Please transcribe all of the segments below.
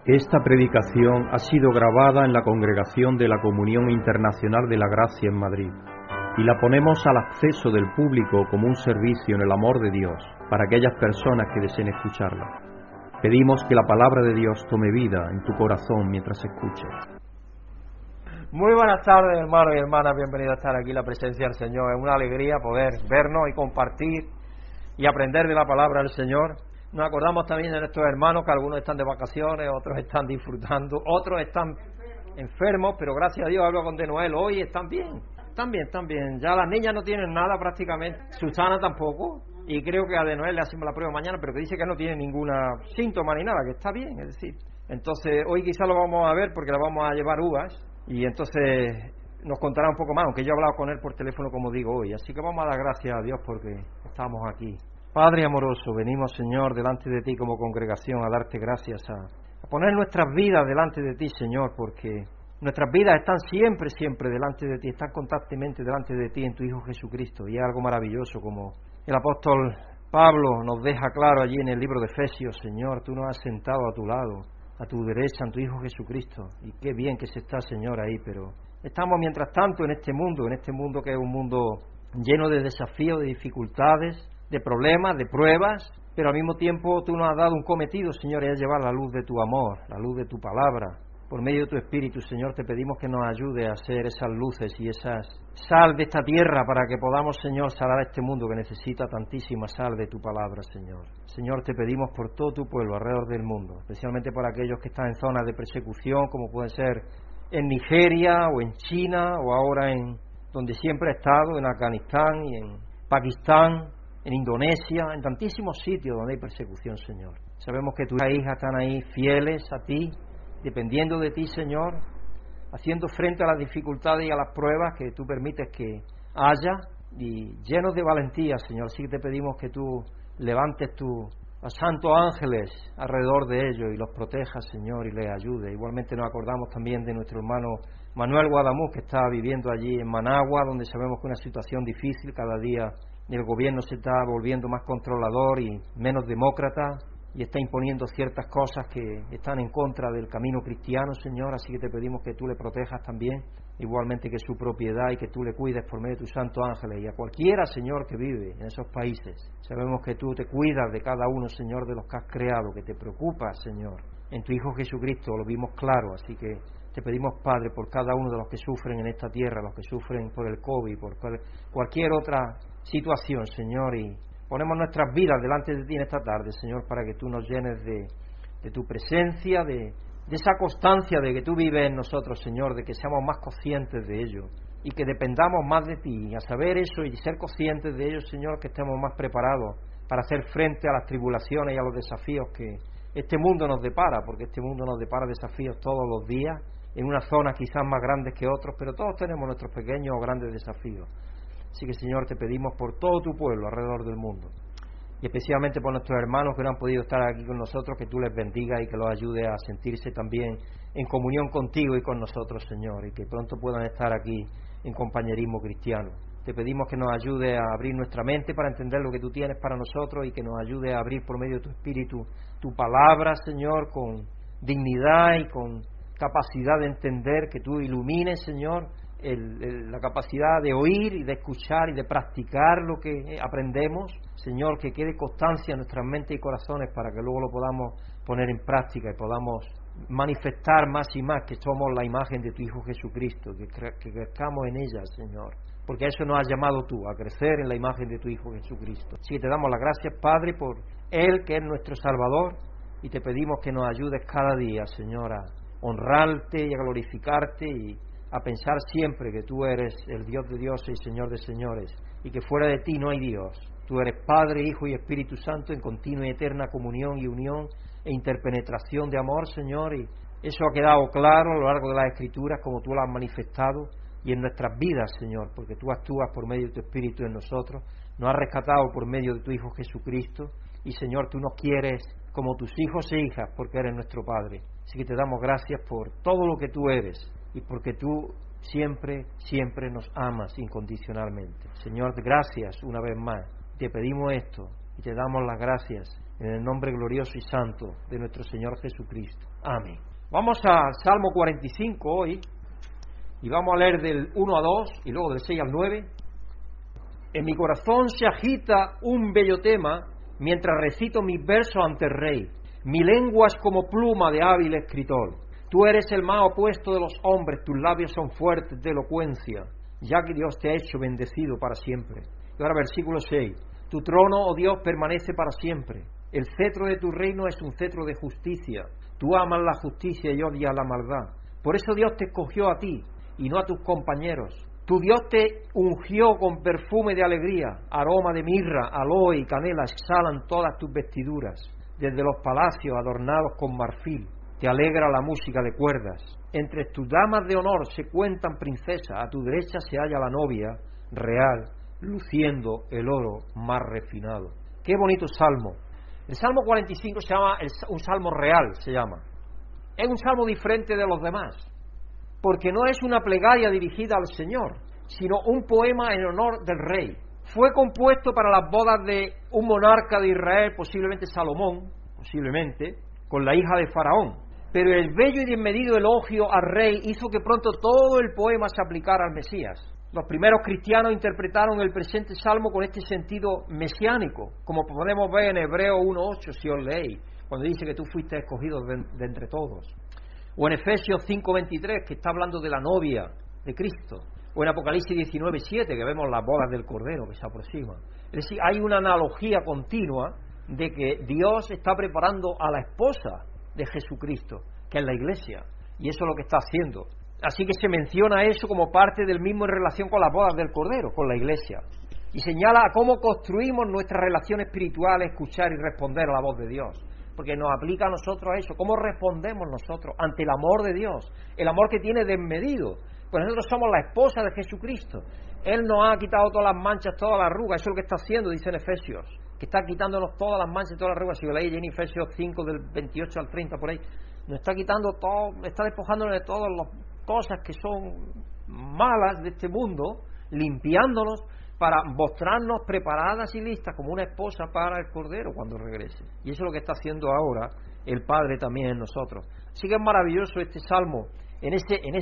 Esta predicación ha sido grabada en la Congregación de la Comunión Internacional de la Gracia en Madrid y la ponemos al acceso del público como un servicio en el amor de Dios para aquellas personas que deseen escucharla. Pedimos que la palabra de Dios tome vida en tu corazón mientras escuches. Muy buenas tardes, hermanos y hermanas, bienvenidos a estar aquí en la presencia del Señor. Es una alegría poder vernos y compartir y aprender de la palabra del Señor. Nos acordamos también de nuestros hermanos, que algunos están de vacaciones, otros están disfrutando, otros están enfermos, pero gracias a Dios hablo con De Noel hoy, están bien. Ya las niñas no tienen nada prácticamente, Susana tampoco, y creo que a De Noel le hacemos la prueba mañana, pero que dice que no tiene ninguna síntoma ni nada, que está bien, es decir. Entonces hoy quizá lo vamos a ver porque le vamos a llevar uvas, y entonces nos contará un poco más, aunque yo he hablado con él por teléfono como digo hoy, así que vamos a dar gracias a Dios porque estamos aquí. Padre amoroso, venimos, Señor, delante de ti como congregación a darte gracias, a poner nuestras vidas delante de ti, Señor, porque nuestras vidas están siempre delante de ti, están constantemente delante de ti en tu Hijo Jesucristo, y es algo maravilloso como el apóstol Pablo nos deja claro allí en el libro de Efesios. Señor, tú nos has sentado a tu lado, a tu derecha, en tu Hijo Jesucristo, y qué bien que se está, Señor, ahí, pero estamos mientras tanto en este mundo que es un mundo lleno de desafíos, de dificultades, de problemas, de pruebas, pero al mismo tiempo tú nos has dado un cometido, Señor, y es llevar la luz de tu amor, la luz de tu palabra, por medio de tu Espíritu. Señor, te pedimos que nos ayude a ser esas luces y esas sal de esta tierra para que podamos, Señor, salar a este mundo que necesita tantísima sal de tu palabra, Señor. Señor, te pedimos por todo tu pueblo alrededor del mundo, especialmente por aquellos que están en zonas de persecución, como pueden ser en Nigeria o en China o ahora en donde siempre he estado, en Afganistán y en Pakistán, en Indonesia, en tantísimos sitios donde hay persecución, Señor. Sabemos que tus hijas están ahí fieles a ti, dependiendo de ti, Señor, haciendo frente a las dificultades y a las pruebas que tú permites que haya, y llenos de valentía, Señor. Así que te pedimos que tú levantes tus santos ángeles alrededor de ellos y los protejas, Señor, y les ayude. Igualmente nos acordamos también de nuestro hermano Manuel Guadamuz, que está viviendo allí en Managua, donde sabemos que es una situación difícil. Cada día el gobierno se está volviendo más controlador y menos demócrata, y está imponiendo ciertas cosas que están en contra del camino cristiano, Señor. Así que te pedimos que tú le protejas también, igualmente que su propiedad, y que tú le cuides por medio de tus santos ángeles, y a cualquiera, Señor, que vive en esos países. Sabemos que tú te cuidas de cada uno, Señor, de los que has creado, que te preocupas, Señor. En tu Hijo Jesucristo lo vimos claro, así que te pedimos, Padre, por cada uno de los que sufren en esta tierra, los que sufren por el COVID, por cualquier otra situación, Señor, y ponemos nuestras vidas delante de ti en esta tarde, Señor, para que tú nos llenes de tu presencia, de esa constancia de que tú vives en nosotros, Señor, de que seamos más conscientes de ello y que dependamos más de ti. Y a saber eso y ser conscientes de ello, Señor, que estemos más preparados para hacer frente a las tribulaciones y a los desafíos que este mundo nos depara, porque este mundo nos depara desafíos todos los días, en unas zonas quizás más grandes que otros, pero todos tenemos nuestros pequeños o grandes desafíos. Así que, Señor, te pedimos por todo tu pueblo alrededor del mundo, y especialmente por nuestros hermanos que no han podido estar aquí con nosotros, que tú les bendigas y que los ayudes a sentirse también en comunión contigo y con nosotros, Señor, y que pronto puedan estar aquí en compañerismo cristiano. Te pedimos que nos ayude a abrir nuestra mente para entender lo que tú tienes para nosotros, y que nos ayude a abrir por medio de tu Espíritu tu palabra, Señor, con dignidad y con capacidad de entender, que tú ilumines, Señor, la capacidad de oír y de escuchar y de practicar lo que aprendemos, Señor, que quede constancia en nuestras mentes y corazones para que luego lo podamos poner en práctica y podamos manifestar más y más que somos la imagen de tu Hijo Jesucristo, que crezcamos en ella, Señor, porque a eso nos has llamado tú, a crecer en la imagen de tu Hijo Jesucristo. Así que te damos las gracias, Padre, por Él, que es nuestro Salvador, y te pedimos que nos ayudes cada día, Señor, a honrarte y a glorificarte y a pensar siempre que tú eres el Dios de dioses y Señor de señores, y que fuera de ti no hay Dios. Tú eres Padre, Hijo y Espíritu Santo en continua y eterna comunión y unión e interpenetración de amor, Señor, y eso ha quedado claro a lo largo de las Escrituras, como tú lo has manifestado, y en nuestras vidas, Señor, porque tú actúas por medio de tu Espíritu en nosotros, nos has rescatado por medio de tu Hijo Jesucristo, y Señor, tú nos quieres como tus hijos e hijas, porque eres nuestro Padre. Así que te damos gracias por todo lo que tú eres, y porque tú siempre nos amas incondicionalmente. Señor, gracias una vez más. Te pedimos esto y te damos las gracias en el nombre glorioso y santo de nuestro Señor Jesucristo. Amén. Vamos al Salmo 45 hoy, y vamos a leer del 1 a 2 y luego del 6 al 9. En mi corazón se agita un bello tema mientras recito mis versos ante el Rey. Mi lengua es como pluma de hábil escritor. Tú eres el más opuesto de los hombres, tus labios son fuertes de elocuencia, ya que Dios te ha hecho bendecido para siempre. Y ahora versículo 6. Tu trono, oh Dios, permanece para siempre. El cetro de tu reino es un cetro de justicia. Tú amas la justicia y odias la maldad. Por eso Dios te escogió a ti y no a tus compañeros. Tu Dios te ungió con perfume de alegría, aroma de mirra, aloe y canela exhalan todas tus vestiduras. Desde los palacios adornados con marfil te alegra la música de cuerdas. Entre tus damas de honor se cuentan princesas, a tu derecha se halla la novia real, luciendo el oro más refinado. Qué bonito salmo. El Salmo 45 se llama un salmo real, se llama. Es un salmo diferente de los demás, porque no es una plegaria dirigida al Señor, sino un poema en honor del rey. Fue compuesto para las bodas de un monarca de Israel, posiblemente Salomón, con la hija de Faraón. Pero el bello y desmedido elogio al rey hizo que pronto todo el poema se aplicara al Mesías. Los primeros cristianos interpretaron el presente salmo con este sentido mesiánico, como podemos ver en Hebreos 1:8, si os leéis, cuando dice que tú fuiste escogido de entre todos. O en Efesios 5:23, que está hablando de la novia de Cristo. O en Apocalipsis 19:7, que vemos las bodas del Cordero que se aproximan. Es decir, hay una analogía continua de que Dios está preparando a la esposa de Jesucristo, que es la Iglesia, y eso es lo que está haciendo. Así que se menciona eso como parte del mismo en relación con las bodas del Cordero, con la Iglesia, y señala a cómo construimos nuestra relación espiritual, escuchar y responder a la voz de Dios, porque nos aplica a nosotros eso, cómo respondemos nosotros ante el amor de Dios, el amor que tiene desmedido. Pues nosotros somos la esposa de Jesucristo. Él nos ha quitado todas las manchas, todas las arrugas. Eso es lo que está haciendo, dice en Efesios, que está quitándonos todas las manchas y todas las arrugas. Si leéis en Efesios 5 del 28 al 30 por ahí, nos está quitando todo, está despojándonos de todas las cosas que son malas de este mundo, limpiándonos para mostrarnos preparadas y listas como una esposa para el Cordero cuando regrese. Y eso es lo que está haciendo ahora el Padre también en nosotros. Así que es maravilloso este salmo en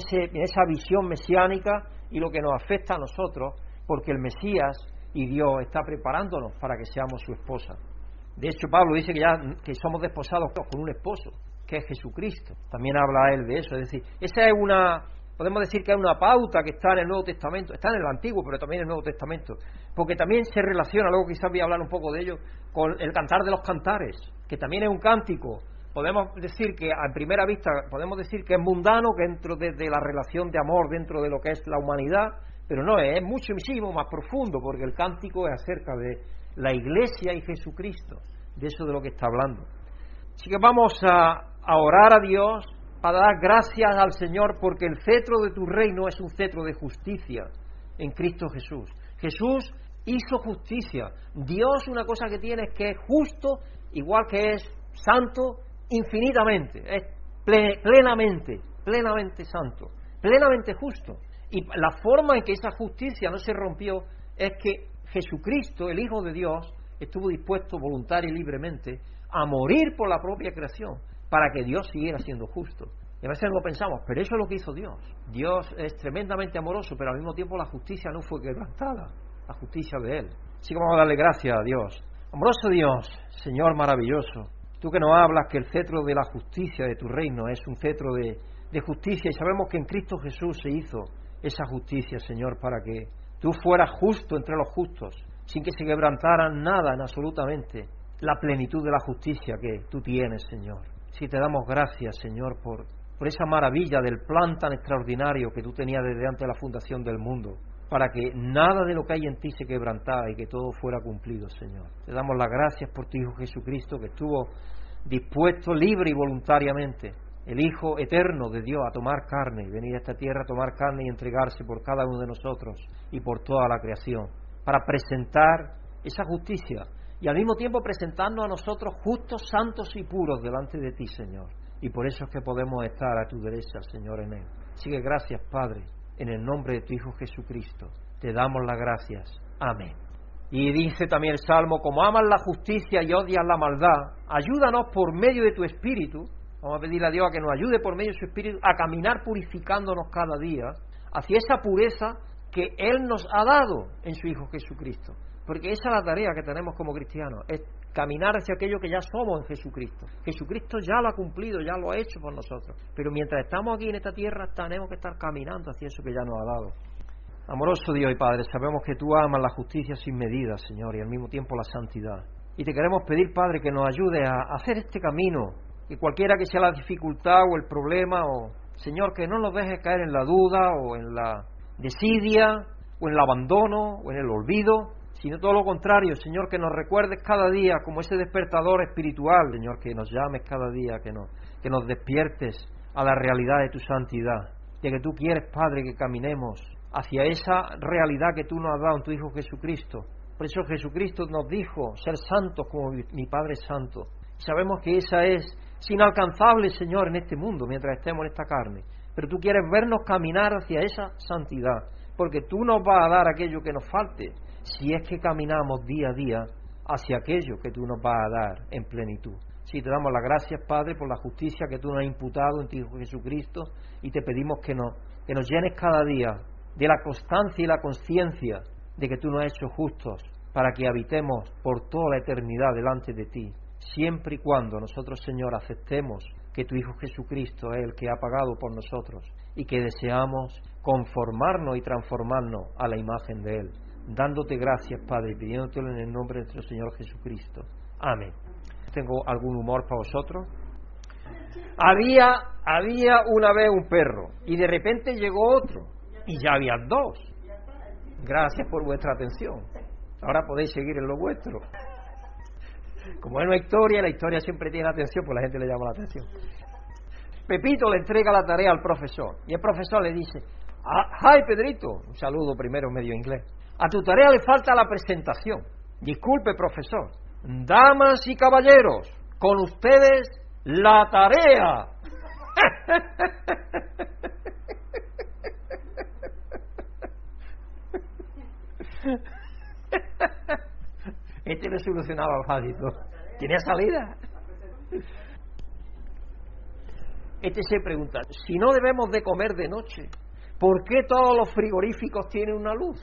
esa visión mesiánica y lo que nos afecta a nosotros, porque el Mesías y Dios está preparándonos para que seamos su esposa. De hecho, Pablo dice que somos desposados con un esposo, que es Jesucristo. También habla él de eso. Es decir, esa es podemos decir que es una pauta que está en el Nuevo Testamento, está en el Antiguo, pero también en el Nuevo Testamento, porque también se relaciona, luego quizás voy a hablar un poco de ello, con el Cantar de los Cantares, que también es un cántico. Podemos decir que a primera vista es mundano, que dentro de la relación de amor dentro de lo que es la humanidad, pero no, es muchísimo más profundo, porque el cántico es acerca de la Iglesia y Jesucristo, de eso de lo que está hablando. Así que vamos a orar a Dios, para dar gracias al Señor, porque el cetro de tu reino es un cetro de justicia en Cristo Jesús. Jesús hizo justicia. Dios, una cosa que tiene es que es justo, igual que es santo, infinitamente, es plenamente santo, plenamente justo. Y la forma en que esa justicia no se rompió es que Jesucristo, el Hijo de Dios, estuvo dispuesto voluntaria y libremente a morir por la propia creación, para que Dios siguiera siendo justo. Y a veces lo pensamos, pero eso es lo que hizo Dios. Dios es tremendamente amoroso, pero al mismo tiempo la justicia no fue quebrantada, la justicia de Él. Así que vamos a darle gracias a Dios. Amoroso Dios, Señor maravilloso, tú que nos hablas que el cetro de la justicia de tu reino es un cetro de justicia, y sabemos que en Cristo Jesús se hizo esa justicia, Señor, para que tú fueras justo entre los justos, sin que se quebrantara nada en absolutamente la plenitud de la justicia que tú tienes, Señor. Sí, te damos gracias, Señor, por esa maravilla del plan tan extraordinario que tú tenías desde antes de la fundación del mundo, para que nada de lo que hay en ti se quebrantara y que todo fuera cumplido, Señor. Te damos las gracias por tu Hijo Jesucristo, que estuvo dispuesto libre y voluntariamente, el Hijo eterno de Dios, a tomar carne y venir a esta tierra a tomar carne y entregarse por cada uno de nosotros y por toda la creación, para presentar esa justicia y al mismo tiempo presentarnos a nosotros justos, santos y puros delante de ti, Señor. Y por eso es que podemos estar a tu derecha, Señor, en Él. Así que gracias, Padre, en el nombre de tu Hijo Jesucristo. Te damos las gracias. Amén. Y dice también el Salmo, como amas la justicia y odias la maldad, ayúdanos por medio de tu Espíritu, vamos a pedirle a Dios a que nos ayude por medio de su Espíritu a caminar purificándonos cada día hacia esa pureza que Él nos ha dado en su Hijo Jesucristo. Porque esa es la tarea que tenemos como cristianos, es caminar hacia aquello que ya somos en Jesucristo. Jesucristo ya lo ha cumplido, ya lo ha hecho por nosotros. Pero mientras estamos aquí en esta tierra, tenemos que estar caminando hacia eso que ya nos ha dado. Amoroso Dios y Padre, sabemos que Tú amas la justicia sin medida, Señor, y al mismo tiempo la santidad. Y te queremos pedir, Padre, que nos ayude a hacer este camino, que cualquiera que sea la dificultad o el problema, o Señor, que no nos dejes caer en la duda o en la desidia o en el abandono o en el olvido, sino todo lo contrario, Señor, que nos recuerdes cada día como ese despertador espiritual, Señor, que nos llames cada día, que nos despiertes a la realidad de Tu santidad, de que Tú quieres, Padre, que caminemos hacia esa realidad que Tú nos has dado en Tu Hijo Jesucristo. Por eso Jesucristo nos dijo ser santos como mi Padre es santo. Sabemos que esa es inalcanzable, Señor, en este mundo, mientras estemos en esta carne. Pero Tú quieres vernos caminar hacia esa santidad, porque Tú nos vas a dar aquello que nos falte, si es que caminamos día a día hacia aquello que Tú nos vas a dar en plenitud. Sí, Te damos las gracias, Padre, por la justicia que Tú nos has imputado en Tu Hijo Jesucristo, y Te pedimos que nos llenes cada día de la constancia y la conciencia de que Tú nos has hecho justos para que habitemos por toda la eternidad delante de Ti, siempre y cuando nosotros, Señor, aceptemos que Tu Hijo Jesucristo es el que ha pagado por nosotros y que deseamos conformarnos y transformarnos a la imagen de Él, dándote gracias, Padre, y pidiéndotelo en el nombre de nuestro Señor Jesucristo. Amén. Tengo algún humor para vosotros. Había una vez un perro y de repente llegó otro y ya había dos. Gracias por vuestra atención. Ahora podéis seguir en lo vuestro. Como es una historia, la historia siempre tiene atención, pues la gente le llama la atención. Pepito le entrega la tarea al profesor y el profesor le dice: "Hi, Pedrito", un saludo primero medio inglés, "a tu tarea le falta la presentación". "Disculpe, profesor". "Damas y caballeros, con ustedes la tarea". Este le solucionaba fácil, ¿no? ¿Tenía salida? Este se pregunta: si no debemos de comer de noche, ¿por qué todos los frigoríficos tienen una luz?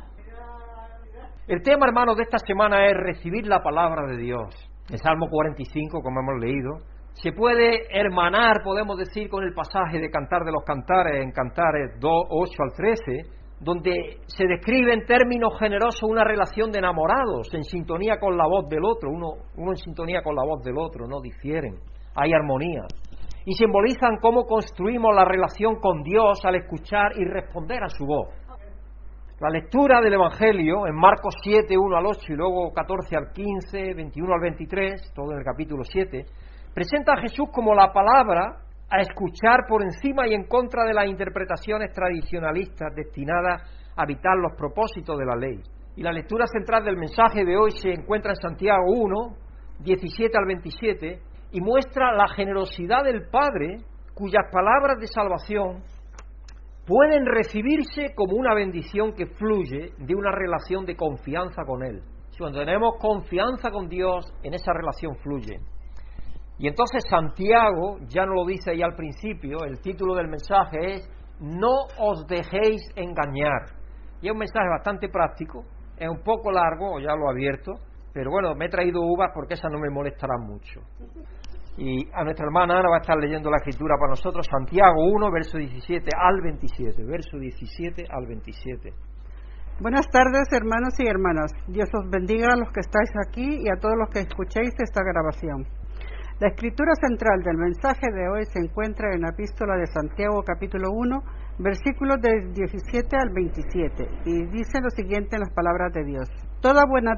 El tema, hermanos, de esta semana es recibir la palabra de Dios. El Salmo 45, como hemos leído, se puede hermanar, podemos decir, con el pasaje de Cantar de los Cantares, en Cantares 2, 8 al 13, donde se describe en términos generosos una relación de enamorados en sintonía con la voz del otro, uno en sintonía con la voz del otro, no difieren, hay armonía, y simbolizan cómo construimos la relación con Dios al escuchar y responder a su voz. La lectura del Evangelio en Marcos 7, 1 al 8 y luego 14 al 15, 21 al 23, todo en el capítulo 7, presenta a Jesús como la palabra a escuchar por encima y en contra de las interpretaciones tradicionalistas destinadas a evitar los propósitos de la ley. Y la lectura central del mensaje de hoy se encuentra en Santiago 1, 17 al 27, y muestra la generosidad del Padre, cuyas palabras de salvación pueden recibirse como una bendición que fluye de una relación de confianza con Él. Cuando tenemos confianza con Dios, en esa relación fluye. Y entonces Santiago, ya nos lo dice ahí al principio, el título del mensaje es "No os dejéis engañar". Y es un mensaje bastante práctico, es un poco largo, ya lo advierto, pero bueno, me he traído uvas porque esas no me molestarán mucho. Y a nuestra hermana Ana va a estar leyendo la escritura para nosotros, Santiago 1, verso 17 al 27, verso 17 al 27. Buenas tardes, hermanos y hermanas. Dios os bendiga a los que estáis aquí y a todos los que escuchéis esta grabación. La escritura central del mensaje de hoy se encuentra en la epístola de Santiago capítulo 1, versículos del 17 al 27, y dice lo siguiente en las palabras de Dios: toda buena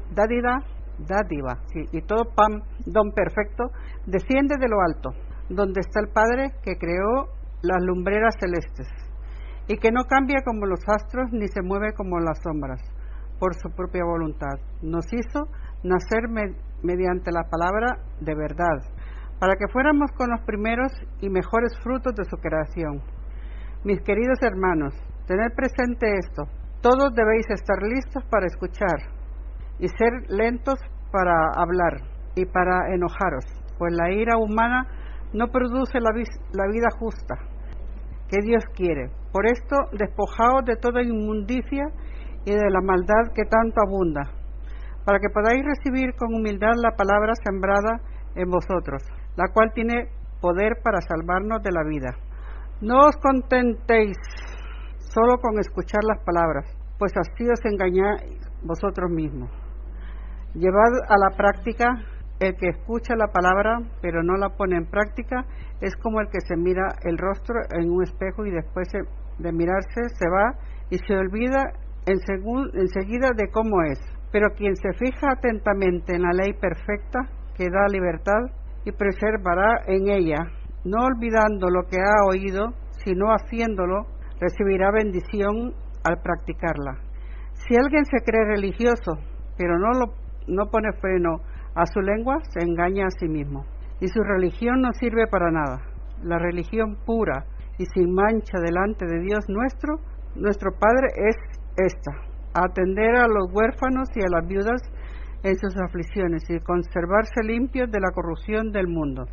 dádiva, y todo don perfecto desciende de lo alto, donde está el Padre que creó las lumbreras celestes, y que no cambia como los astros ni se mueve como las sombras. Por su propia voluntad nos hizo nacer mediante la palabra de verdad, para que fuéramos con los primeros y mejores frutos de su creación. Mis queridos hermanos, tened presente esto: todos debéis estar listos para escuchar, y ser lentos para hablar y para enojaros, pues la ira humana no produce la vida justa que Dios quiere. Por esto, despojaos de toda inmundicia y de la maldad que tanto abunda, para que podáis recibir con humildad la palabra sembrada en vosotros, la cual tiene poder para salvarnos de la vida. No os contentéis solo con escuchar las palabras, pues así os engañáis vosotros mismos. Llevad a la práctica. El que escucha la palabra pero no la pone en práctica es como el que se mira el rostro en un espejo y después de mirarse se va y se olvida enseguida de cómo es. Pero quien se fija atentamente en la ley perfecta que da libertad y preservará en ella, no olvidando lo que ha oído, sino haciéndolo, recibirá bendición al practicarla. Si alguien se cree religioso pero no pone freno a su lengua, se engaña a sí mismo, y su religión no sirve para nada. La religión pura y sin mancha delante de Dios nuestro Padre es esta: atender a los huérfanos y a las viudas en sus aflicciones y conservarse limpios de la corrupción del mundo.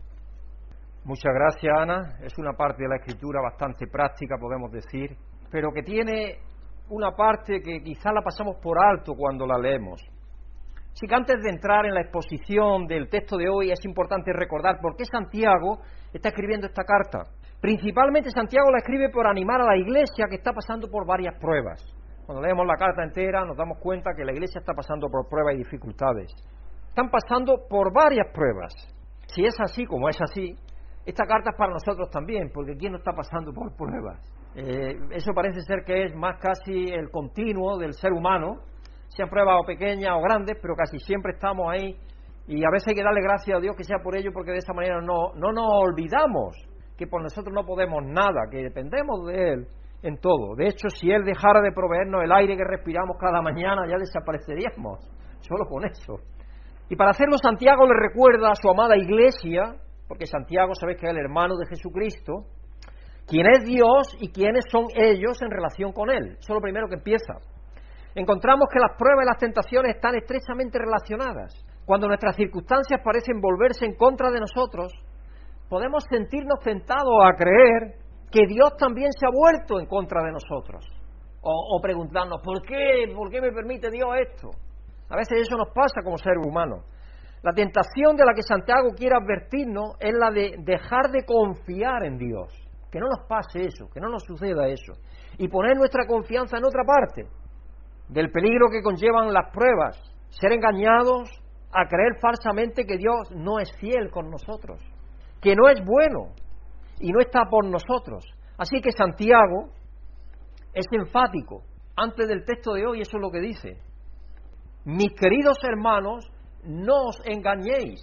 Muchas gracias, Ana. Es una parte de la Escritura bastante práctica, podemos decir, pero que tiene una parte que quizá la pasamos por alto cuando la leemos. Así que antes de entrar en la exposición del texto de hoy es importante recordar por qué Santiago está escribiendo esta carta. Principalmente Santiago la escribe por animar a la Iglesia que está pasando por varias pruebas. Cuando leemos la carta entera nos damos cuenta que la Iglesia está pasando por pruebas y dificultades. Están pasando por varias pruebas. Si es así, como es así, esta carta es para nosotros también, porque ¿quién no está pasando por pruebas? Eso parece ser que es más casi el continuo del ser humano, sean pruebas o pequeñas o grandes, pero casi siempre estamos ahí, y a veces hay que darle gracias a Dios que sea por ello, porque de esa manera no nos olvidamos que por nosotros no podemos nada, que dependemos de Él en todo. De hecho, si Él dejara de proveernos el aire que respiramos cada mañana, ya desapareceríamos, solo con eso. Y para hacerlo, Santiago le recuerda a su amada Iglesia, porque Santiago, sabéis que es el hermano de Jesucristo, quién es Dios y quiénes son ellos en relación con Él. Eso es lo primero que empieza. Encontramos que las pruebas y las tentaciones están estrechamente relacionadas. Cuando nuestras circunstancias parecen volverse en contra de nosotros, podemos sentirnos tentados a creer que Dios también se ha vuelto en contra de nosotros. O preguntarnos, ¿por qué me permite Dios esto? A veces eso nos pasa como seres humanos. La tentación de la que Santiago quiere advertirnos es la de dejar de confiar en Dios. Que no nos pase eso, que no nos suceda eso. Y poner nuestra confianza en otra parte. Del peligro que conllevan las pruebas, ser engañados a creer falsamente que Dios no es fiel con nosotros, que no es bueno y no está por nosotros. Así que Santiago es enfático. Antes del texto de hoy eso es lo que dice: mis queridos hermanos, no os engañéis,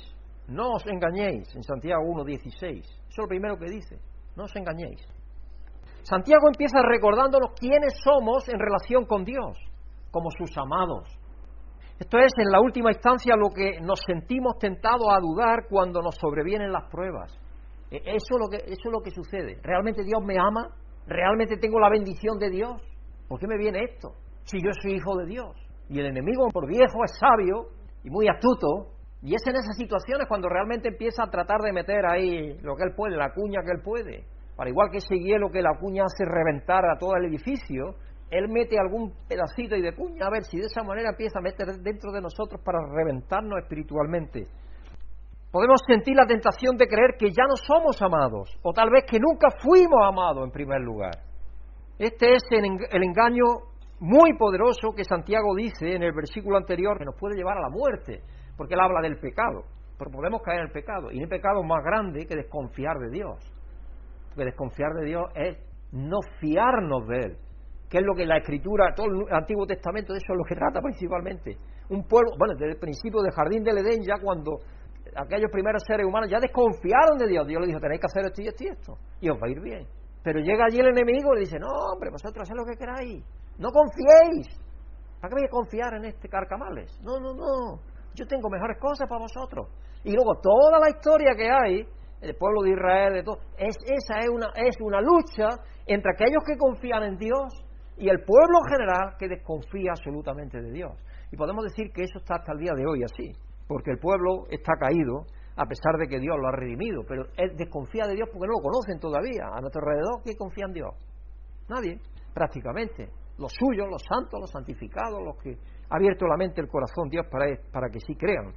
en Santiago 1:16. Eso es lo primero que dice, no os engañéis. Santiago empieza recordándonos quiénes somos en relación con Dios, como sus amados. Esto es, en la última instancia, lo que nos sentimos tentados a dudar cuando nos sobrevienen las pruebas. Eso es lo que sucede. ¿Realmente Dios me ama? ¿Realmente tengo la bendición de Dios? ¿Por qué me viene esto? Si yo soy hijo de Dios. Y el enemigo, por viejo, es sabio y muy astuto, y es en esas situaciones cuando realmente empieza a tratar de meter ahí lo que él puede, la cuña que él puede. Para igual que ese hielo que la cuña hace reventar a todo el edificio, él mete algún pedacito y de cuña, a ver si de esa manera empieza a meter dentro de nosotros para reventarnos espiritualmente. Podemos sentir la tentación de creer que ya no somos amados, o tal vez que nunca fuimos amados en primer lugar. Este es el engaño muy poderoso que Santiago dice en el versículo anterior, que nos puede llevar a la muerte, porque él habla del pecado, pero podemos caer en el pecado, y no hay pecado más grande que desconfiar de Dios, porque desconfiar de Dios es no fiarnos de Él, que es lo que la Escritura, todo el Antiguo Testamento, de eso es lo que trata principalmente. Un pueblo, bueno, desde el principio del Jardín del Edén, ya cuando aquellos primeros seres humanos ya desconfiaron de Dios, Dios les dijo, tenéis que hacer esto y esto y esto, y os va a ir bien. Pero llega allí el enemigo y le dice, no hombre, vosotros haced lo que queráis, no confiéis. ¿Para qué voy a confiar en este carcamales? No, yo tengo mejores cosas para vosotros. Y luego toda la historia que hay el pueblo de Israel, de todo, es una lucha entre aquellos que confían en Dios y el pueblo general que desconfía absolutamente de Dios. Y podemos decir que eso está hasta el día de hoy así, porque el pueblo está caído a pesar de que Dios lo ha redimido, pero él desconfía de Dios porque no lo conocen todavía. A nuestro alrededor, ¿quién confía en Dios? Nadie, prácticamente. Los suyos, los santos, los santificados, los que ha abierto la mente, el corazón Dios para que sí crean.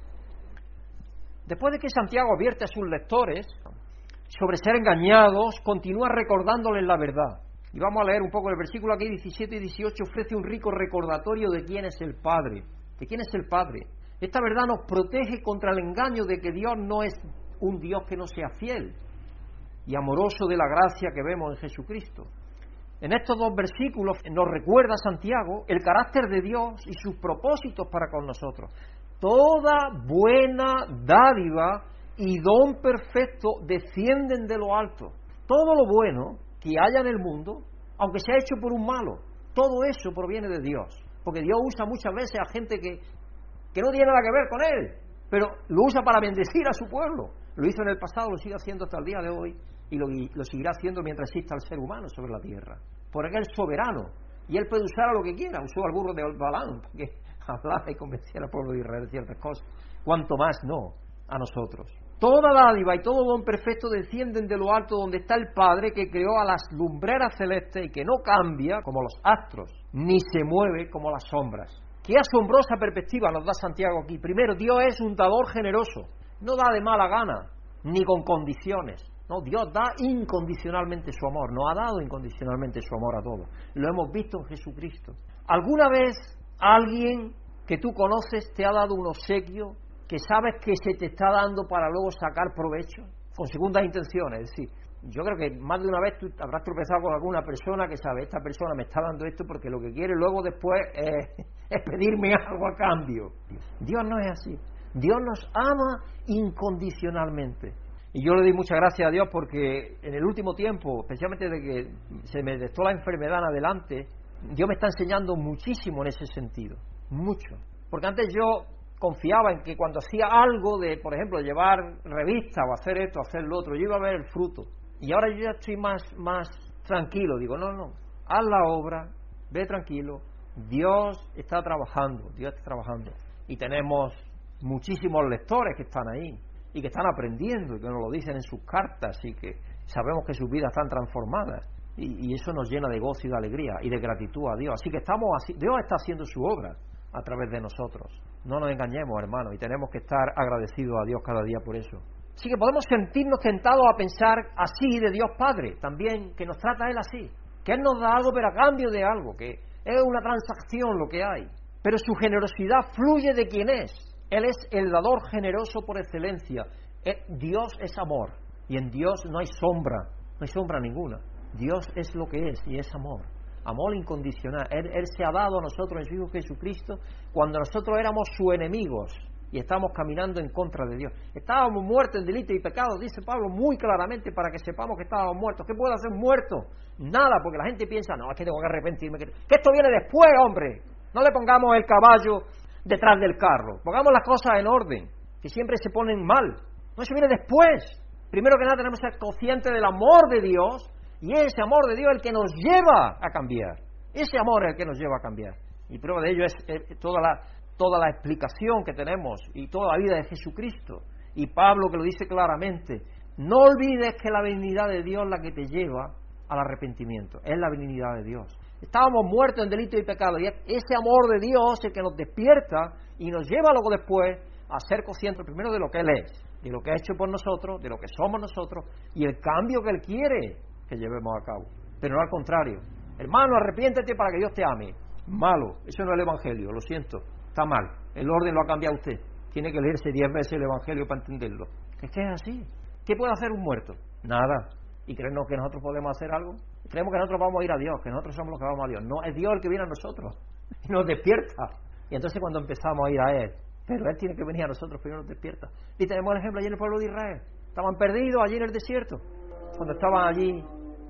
Después de que Santiago advierte a sus lectores sobre ser engañados, continúa recordándoles la verdad. Y vamos a leer un poco el versículo aquí, 17 y 18, ofrece un rico recordatorio de quién es el Padre. ¿De quién es el Padre? Esta verdad nos protege contra el engaño de que Dios no es un Dios que no sea fiel y amoroso de la gracia que vemos en Jesucristo. En estos dos versículos nos recuerda Santiago el carácter de Dios y sus propósitos para con nosotros. Toda buena dádiva y don perfecto descienden de lo alto. Todo lo bueno que haya en el mundo, aunque sea hecho por un malo, todo eso proviene de Dios. Porque Dios usa muchas veces a gente que no tiene nada que ver con Él, pero lo usa para bendecir a su pueblo. Lo hizo en el pasado, lo sigue haciendo hasta el día de hoy, y lo seguirá haciendo mientras exista el ser humano sobre la tierra. Porque Él es soberano, y Él puede usar a lo que quiera. Usó al burro de Balaam, porque hablara y convenciera al pueblo de Israel de ciertas cosas. Cuanto más no a nosotros. Toda dádiva y todo don perfecto descienden de lo alto, donde está el Padre que creó a las lumbreras celestes y que no cambia como los astros, ni se mueve como las sombras. Qué asombrosa perspectiva nos da Santiago aquí. Primero, Dios es un dador generoso, no da de mala gana, ni con condiciones. No, Dios da incondicionalmente su amor, nos ha dado incondicionalmente su amor a todos. Lo hemos visto en Jesucristo. ¿Alguna vez alguien que tú conoces te ha dado un obsequio que sabes que se te está dando para luego sacar provecho? Con segundas intenciones, es decir, yo creo que más de una vez tú habrás tropezado con alguna persona que sabe, esta persona me está dando esto porque lo que quiere luego después es pedirme algo a cambio. Dios no es así. Dios nos ama incondicionalmente. Y yo le doy muchas gracias a Dios porque en el último tiempo, especialmente desde que se me detectó la enfermedad en adelante, Dios me está enseñando muchísimo en ese sentido. Mucho. Porque antes yo confiaba en que cuando hacía algo de, por ejemplo, llevar revista o hacer esto, hacer lo otro, yo iba a ver el fruto. Y ahora yo ya estoy más tranquilo. Digo, no, haz la obra, ve tranquilo. Dios está trabajando. Y tenemos muchísimos lectores que están ahí y que están aprendiendo y que nos lo dicen en sus cartas y que sabemos que sus vidas están transformadas. Y eso nos llena de gozo y de alegría y de gratitud a Dios. Así que Dios está haciendo su obra a través de nosotros. No nos engañemos, hermanos, y tenemos que estar agradecidos a Dios cada día por eso. Así que podemos sentirnos tentados a pensar así de Dios Padre, también, que nos trata Él así, que Él nos da algo pero a cambio de algo, que es una transacción lo que hay. Pero su generosidad fluye de quien es. Él es el dador generoso por excelencia. Dios es amor, y en Dios no hay sombra ninguna. Dios es lo que es, y es amor. Amor incondicional. Él se ha dado a nosotros en su Hijo Jesucristo cuando nosotros éramos sus enemigos y estábamos caminando en contra de Dios. Estábamos muertos en delitos y pecados, dice Pablo muy claramente, para que sepamos que estábamos muertos. ¿Qué puede hacer un muerto? Nada, porque la gente piensa, no, es que tengo que arrepentirme, que esto viene después, hombre. No le pongamos el caballo detrás del carro, pongamos las cosas en orden, que siempre se ponen mal. No, eso viene después. Primero que nada tenemos que ser conscientes del amor de Dios, y ese amor de Dios es el que nos lleva a cambiar. Ese amor es el que nos lleva a cambiar. Y prueba de ello es toda la explicación que tenemos y toda la vida de Jesucristo. Y Pablo que lo dice claramente, no olvides que la benignidad de Dios es la que te lleva al arrepentimiento. Es la benignidad de Dios. Estábamos muertos en delito y pecado, y ese amor de Dios es el que nos despierta y nos lleva luego después a ser conscientes primero de lo que Él es, de lo que ha hecho por nosotros, de lo que somos nosotros y el cambio que Él quiere que llevemos a cabo. Pero no al contrario. Hermano, arrepiéntete para que Dios te ame. Malo, eso no es el Evangelio, lo siento, está mal. El orden lo ha cambiado usted. Tiene que leerse 10 veces el Evangelio para entenderlo. Es que es así. ¿Qué puede hacer un muerto? Nada. ¿Y creemos que nosotros podemos hacer algo? Creemos que nosotros vamos a ir a Dios, que nosotros somos los que vamos a Dios. No, es Dios el que viene a nosotros y nos despierta. Y entonces cuando empezamos a ir a Él, pero Él tiene que venir a nosotros, primero nos despierta. Y tenemos el ejemplo allí en el pueblo de Israel. Estaban perdidos allí en el desierto. Cuando estaban allí,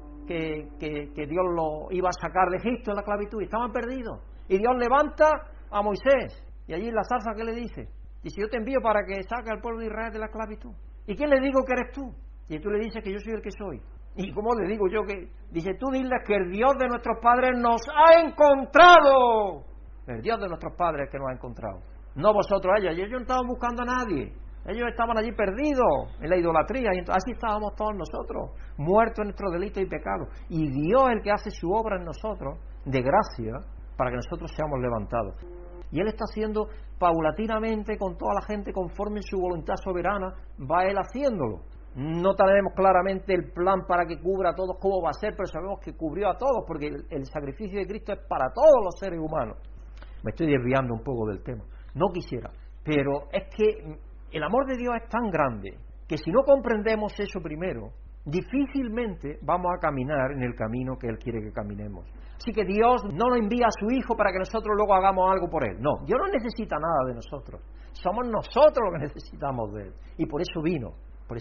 que Dios lo iba a sacar de Egipto en la esclavitud, y estaban perdidos. Y Dios levanta a Moisés, y allí en la zarza, ¿qué le dice? Dice, yo te envío para que saque al pueblo de Israel de la esclavitud. ¿Y quién le digo que eres tú? Y tú le dices que yo soy el que soy. ¿Y cómo le digo yo que? Dice, tú diles que el Dios de nuestros padres nos ha encontrado. El Dios de nuestros padres es el que nos ha encontrado. No vosotros ellos. Ellos no estaban buscando a nadie. Ellos estaban allí perdidos en la idolatría. Y así estábamos todos nosotros, muertos en nuestros delitos y pecados. Y Dios es el que hace su obra en nosotros, de gracia, para que nosotros seamos levantados. Y Él está haciendo paulatinamente con toda la gente, conforme su voluntad soberana, va Él haciéndolo. No tenemos claramente el plan para que cubra a todos cómo va a ser, pero sabemos que cubrió a todos, porque el sacrificio de Cristo es para todos los seres humanos. Me estoy desviando un poco del tema. No quisiera, pero es que el amor de Dios es tan grande que si no comprendemos eso primero, difícilmente vamos a caminar en el camino que Él quiere que caminemos. Así que Dios no nos envía a su Hijo para que nosotros luego hagamos algo por Él. No, Dios no necesita nada de nosotros. Somos nosotros los que necesitamos de Él. Y por eso vino.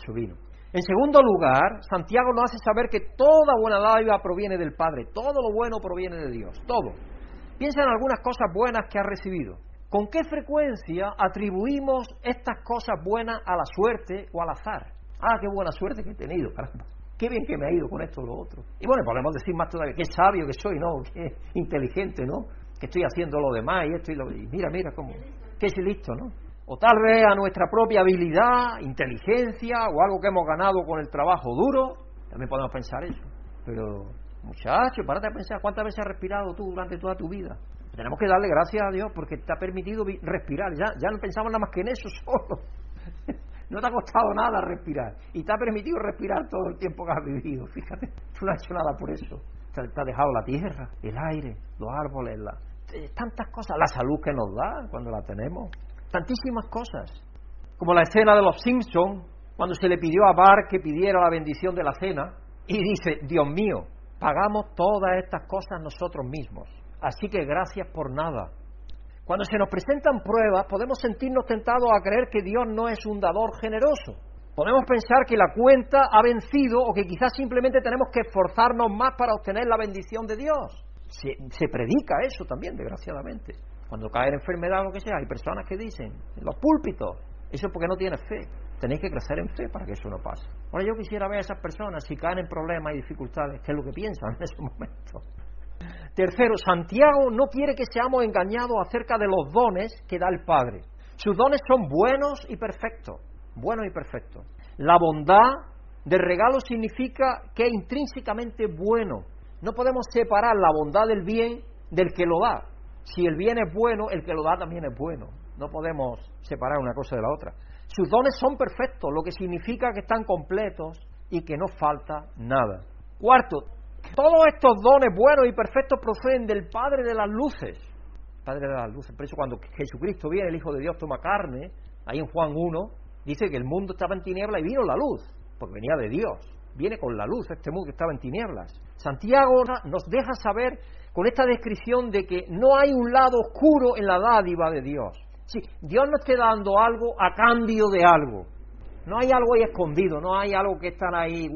En segundo lugar, Santiago nos hace saber que toda buena dádiva proviene del Padre. Todo lo bueno proviene de Dios. Todo. Piensa en algunas cosas buenas que has recibido. ¿Con qué frecuencia atribuimos estas cosas buenas a la suerte o al azar? Ah, qué buena suerte que he tenido, caramba. Qué bien que me ha ido con esto o lo otro. Y bueno, podemos decir más todavía, qué sabio que soy, ¿no? Qué inteligente, ¿no? Que estoy haciendo lo demás y esto y mira cómo, qué listo, ¿no? O tal vez a nuestra propia habilidad, inteligencia o algo que hemos ganado con el trabajo duro. También podemos pensar eso. Pero, muchacho, párate a pensar cuántas veces has respirado tú durante toda tu vida. Tenemos que darle gracias a Dios porque te ha permitido respirar. Ya no pensamos nada más que en eso solo. No te ha costado nada respirar. Y te ha permitido respirar todo el tiempo que has vivido. Fíjate, tú no has hecho nada por eso. Te ha dejado la tierra, el aire, los árboles, tantas cosas. La salud que nos da cuando la tenemos. Tantísimas cosas. Como la escena de los Simpsons, cuando se le pidió a Bart que pidiera la bendición de la cena. Y dice, Dios mío, pagamos todas estas cosas nosotros mismos. Así que gracias por nada. Cuando se nos presentan pruebas, podemos sentirnos tentados a creer que Dios no es un dador generoso. Podemos pensar que la cuenta ha vencido o que quizás simplemente tenemos que esforzarnos más para obtener la bendición de Dios. Se predica eso también, desgraciadamente. Cuando cae en enfermedad o lo que sea, hay personas que dicen, en los púlpitos, eso es porque no tienes fe. Tenéis que crecer en fe para que eso no pase. Ahora yo quisiera ver a esas personas, si caen en problemas y dificultades, qué es lo que piensan en esos momentos. Tercero, Santiago no quiere que seamos engañados acerca de los dones que da el Padre. Sus dones son buenos y perfectos. Buenos y perfectos. La bondad del regalo significa que es intrínsecamente bueno. No podemos separar la bondad del bien del que lo da. Si el bien es bueno, el que lo da también es bueno. No podemos separar una cosa de la otra. Sus dones son perfectos, lo que significa que están completos y que no falta nada. Cuarto, todos estos dones buenos y perfectos proceden del Padre de las luces. Padre de las luces. Por eso cuando Jesucristo viene, el Hijo de Dios toma carne, ahí en Juan 1, dice que el mundo estaba en tinieblas y vino la luz, porque venía de Dios. Viene con la luz este mundo que estaba en tinieblas. Santiago nos deja saber con esta descripción de que no hay un lado oscuro en la dádiva de Dios. Sí, Dios no esté dando algo a cambio de algo. No hay algo ahí escondido, no hay algo que están ahí.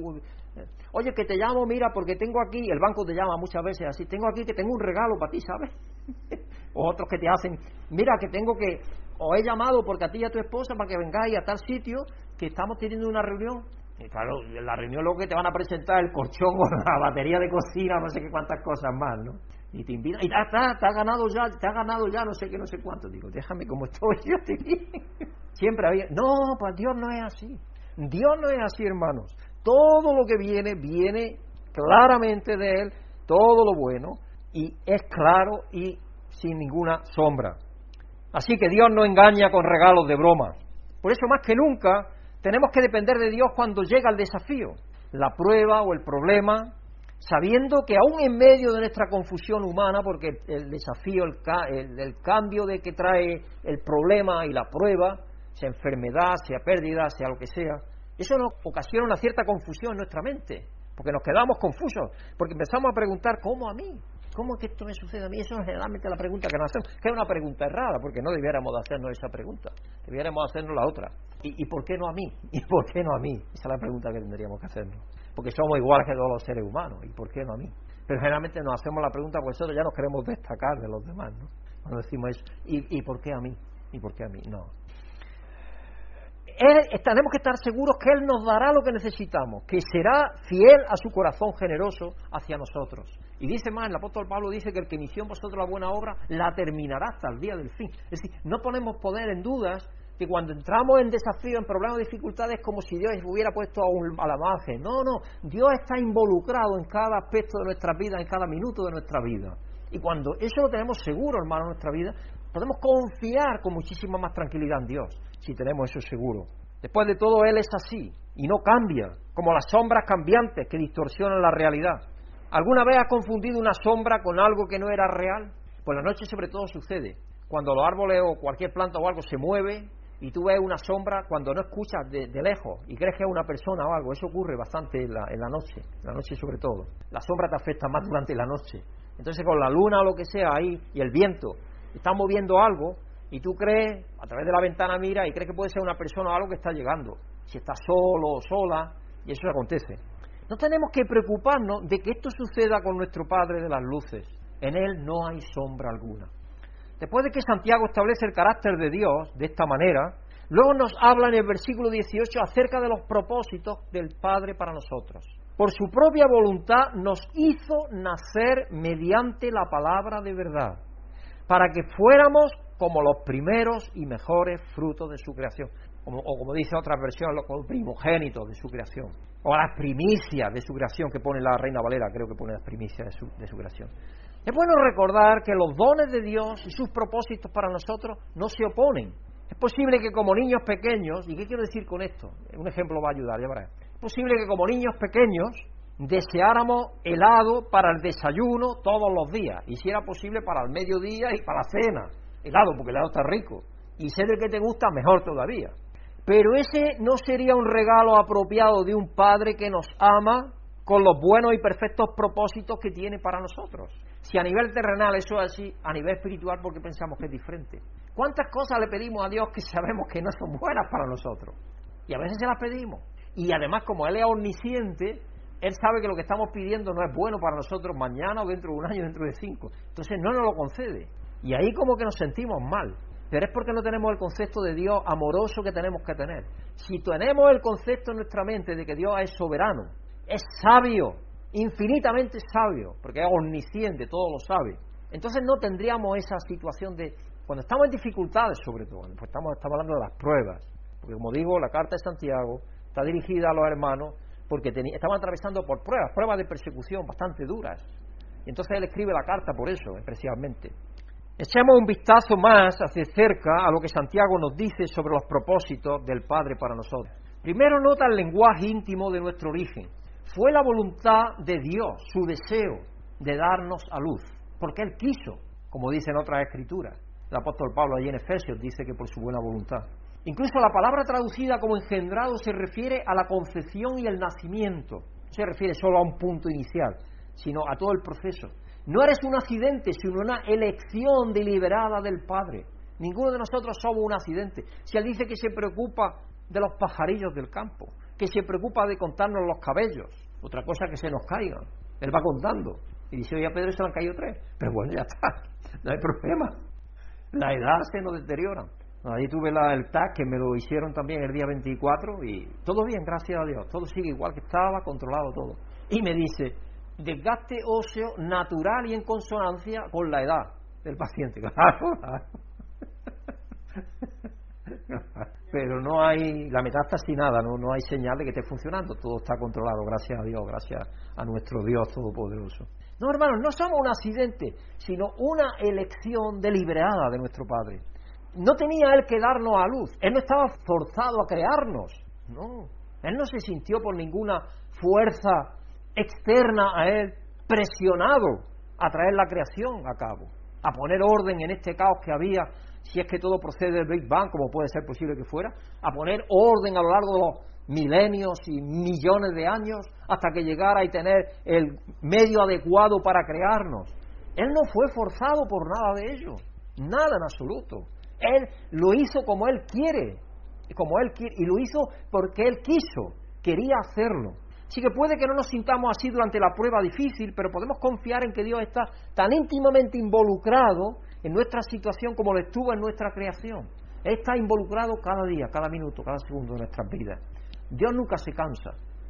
Oye, que te llamo, mira, porque tengo aquí, el banco te llama muchas veces así, tengo aquí que tengo un regalo para ti, ¿sabes? O otros que te hacen, mira, que tengo que, os he llamado porque a ti y a tu esposa para que vengáis a tal sitio, que estamos teniendo una reunión. Y claro, en la reunión luego que te van a presentar el colchón o la batería de cocina, no sé qué cuántas cosas más, ¿no? Y te invitan, y te has ganado ya no sé qué, no sé cuánto. Digo, déjame como estoy, yo estoy bien. Siempre había, no, pues Dios no es así. Dios no es así, hermanos. Todo lo que viene claramente de Él, todo lo bueno, y es claro y sin ninguna sombra. Así que Dios no engaña con regalos de broma. Por eso, más que nunca, tenemos que depender de Dios cuando llega el desafío, la prueba o el problema, sabiendo que aún en medio de nuestra confusión humana, porque el desafío, el cambio de que trae el problema y la prueba, sea enfermedad, sea pérdida, sea lo que sea, eso nos ocasiona una cierta confusión en nuestra mente, porque nos quedamos confusos, porque empezamos a preguntar, ¿cómo a mí? ¿Cómo es que esto me sucede a mí? Eso es generalmente la pregunta que nos hacemos, que es una pregunta errada, porque no debiéramos de hacernos esa pregunta, debiéramos hacernos la otra. ¿Y por qué no a mí? ¿Y por qué no a mí? Esa es la pregunta que tendríamos que hacernos, porque somos iguales que todos los seres humanos, ¿y por qué no a mí? Pero generalmente nos hacemos la pregunta porque nosotros ya nos queremos destacar de los demás, ¿no? Cuando decimos eso, ¿y por qué a mí? ¿Y por qué a mí? No. Tenemos que estar seguros que Él nos dará lo que necesitamos, que será fiel a su corazón generoso hacia nosotros Y dice más, el apóstol Pablo dice que el que inició en vosotros la buena obra la terminará hasta el día del fin. Es decir, no ponemos poner en dudas que cuando entramos en desafíos, en problemas, dificultades, es como si Dios hubiera puesto a la margen. No, Dios está involucrado en cada aspecto de nuestra vida, en cada minuto de nuestra vida. Y cuando eso lo tenemos seguro, hermano, en nuestra vida, podemos confiar con muchísima más tranquilidad en Dios, si tenemos eso seguro. Después de todo, Él es así, y no cambia, como las sombras cambiantes que distorsionan la realidad. ¿Alguna vez has confundido una sombra con algo que no era real? Pues la noche sobre todo sucede. Cuando los árboles o cualquier planta o algo se mueve, y tú ves una sombra cuando no escuchas de lejos y crees que es una persona o algo. Eso ocurre bastante en la noche sobre todo. La sombra te afecta más durante la noche. Entonces con la luna o lo que sea ahí y el viento está moviendo algo y tú crees, a través de la ventana mira y crees que puede ser una persona o algo que está llegando. Si está solo o sola, y eso acontece. No tenemos que preocuparnos de que esto suceda con nuestro Padre de las luces. En Él no hay sombra alguna. Después de que Santiago establece el carácter de Dios de esta manera, luego nos habla en el versículo 18 acerca de los propósitos del Padre para nosotros. Por su propia voluntad nos hizo nacer mediante la palabra de verdad, para que fuéramos como los primeros y mejores frutos de su creación. O como dice otra versión, los primogénitos de su creación. O las primicias de su creación, que pone la Reina Valera, creo que pone las primicias de su creación. Es bueno recordar que los dones de Dios y sus propósitos para nosotros no se oponen. Es posible que como niños pequeños, ¿y qué quiero decir con esto? Un ejemplo va a ayudar, ya verás. Es posible que como niños pequeños deseáramos helado para el desayuno todos los días, y si era posible para el mediodía y para la cena. Helado, porque el helado está rico. Y ser el que te gusta, mejor todavía. Pero ese no sería un regalo apropiado de un Padre que nos ama con los buenos y perfectos propósitos que tiene para nosotros. Si a nivel terrenal eso es así, a nivel espiritual, porque pensamos que es diferente. ¿Cuántas cosas le pedimos a Dios que sabemos que no son buenas para nosotros? Y a veces se las pedimos. Y además, como Él es omnisciente, Él sabe que lo que estamos pidiendo no es bueno para nosotros mañana o dentro de un año, dentro de 5. Entonces no nos lo concede. Y ahí como que nos sentimos mal. Pero es porque no tenemos el concepto de Dios amoroso que tenemos que tener. Si tenemos el concepto en nuestra mente de que Dios es soberano, es sabio, infinitamente sabio, porque es omnisciente, todo lo sabe, entonces no tendríamos esa situación de, cuando estamos en dificultades sobre todo, pues estamos hablando de las pruebas, porque como digo, la carta de Santiago está dirigida a los hermanos porque estaban atravesando por pruebas de persecución bastante duras, y entonces él escribe la carta por eso, especialmente. Echemos un vistazo más hacia cerca a lo que Santiago nos dice sobre los propósitos del Padre para nosotros. Primero nota el lenguaje íntimo de nuestro origen. Fue la voluntad de Dios, su deseo de darnos a luz, porque Él quiso, como dice en otras escrituras. El apóstol Pablo allí en Efesios dice que por su buena voluntad. Incluso la palabra traducida como engendrado se refiere a la concepción y el nacimiento. No se refiere solo a un punto inicial, sino a todo el proceso. No eres un accidente, sino una elección deliberada del Padre. Ninguno de nosotros somos un accidente. Si Él dice que se preocupa de los pajarillos del campo, que se preocupa de contarnos los cabellos, otra cosa que se nos caigan, Él va contando. Y dice, oye, a Pedro se le han caído 3. Pero bueno, ya está, no hay problema. La edad se nos deteriora. Ahí tuve el TAC, que me lo hicieron también el día 24, y todo bien, gracias a Dios. Todo sigue igual que estaba, controlado todo. Y me dice, desgaste óseo natural y en consonancia con la edad del paciente. Pero no hay, la metástasis nada, no hay señal de que esté funcionando, todo está controlado, gracias a Dios, gracias a nuestro Dios Todopoderoso. No, hermanos, no somos un accidente, sino una elección deliberada de nuestro Padre. No tenía Él que darnos a luz, Él no estaba forzado a crearnos, no, Él no se sintió por ninguna fuerza externa a Él presionado a traer la creación a cabo, a poner orden en este caos que había, si es que todo procede del Big Bang, como puede ser posible que fuera, a poner orden a lo largo de los milenios y millones de años hasta que llegara y tener el medio adecuado para crearnos. Él no fue forzado por nada de ello, nada en absoluto. Él lo hizo como Él quiere, y lo hizo porque Él quiso, quería hacerlo. Así que puede que no nos sintamos así durante la prueba difícil, pero podemos confiar en que Dios está tan íntimamente involucrado en nuestra situación como lo estuvo en nuestra creación. Él está involucrado cada día, cada minuto, cada segundo de nuestras vidas. Dios nunca se cansa.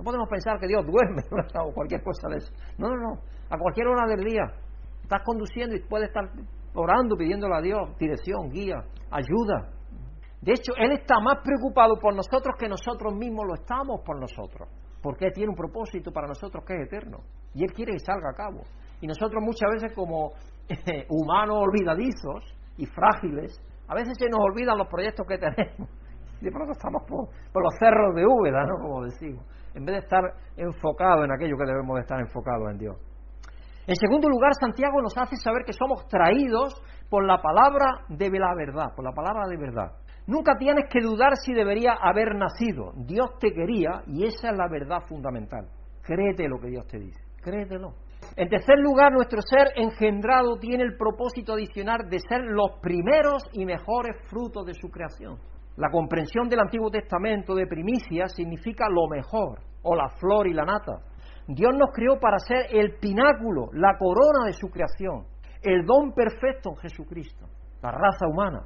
No podemos pensar que Dios duerme o cualquier cosa de eso. No. A cualquier hora del día estás conduciendo y puedes estar orando, pidiéndole a Dios dirección, guía, ayuda. De hecho, Él está más preocupado por nosotros que nosotros mismos lo estamos por nosotros, porque Él tiene un propósito para nosotros que es eterno y Él quiere que salga a cabo. Y nosotros muchas veces, como humanos olvidadizos y frágiles, a veces se nos olvidan los proyectos que tenemos y de pronto estamos por los cerros de Úbeda, ¿no?, como decimos, en vez de estar enfocados en aquello que debemos de estar enfocados en Dios. En segundo lugar, Santiago nos hace saber que somos traídos por la palabra de la verdad, por la palabra de verdad. Nunca tienes que dudar si debería haber nacido. Dios te quería y esa es la verdad fundamental. Créete lo que Dios te dice, créetelo. En tercer lugar, nuestro ser engendrado tiene el propósito adicional de ser los primeros y mejores frutos de su creación. La comprensión del Antiguo Testamento de primicias significa lo mejor, o la flor y la nata. Dios nos creó para ser el pináculo, la corona de su creación, el don perfecto en Jesucristo. La raza humana,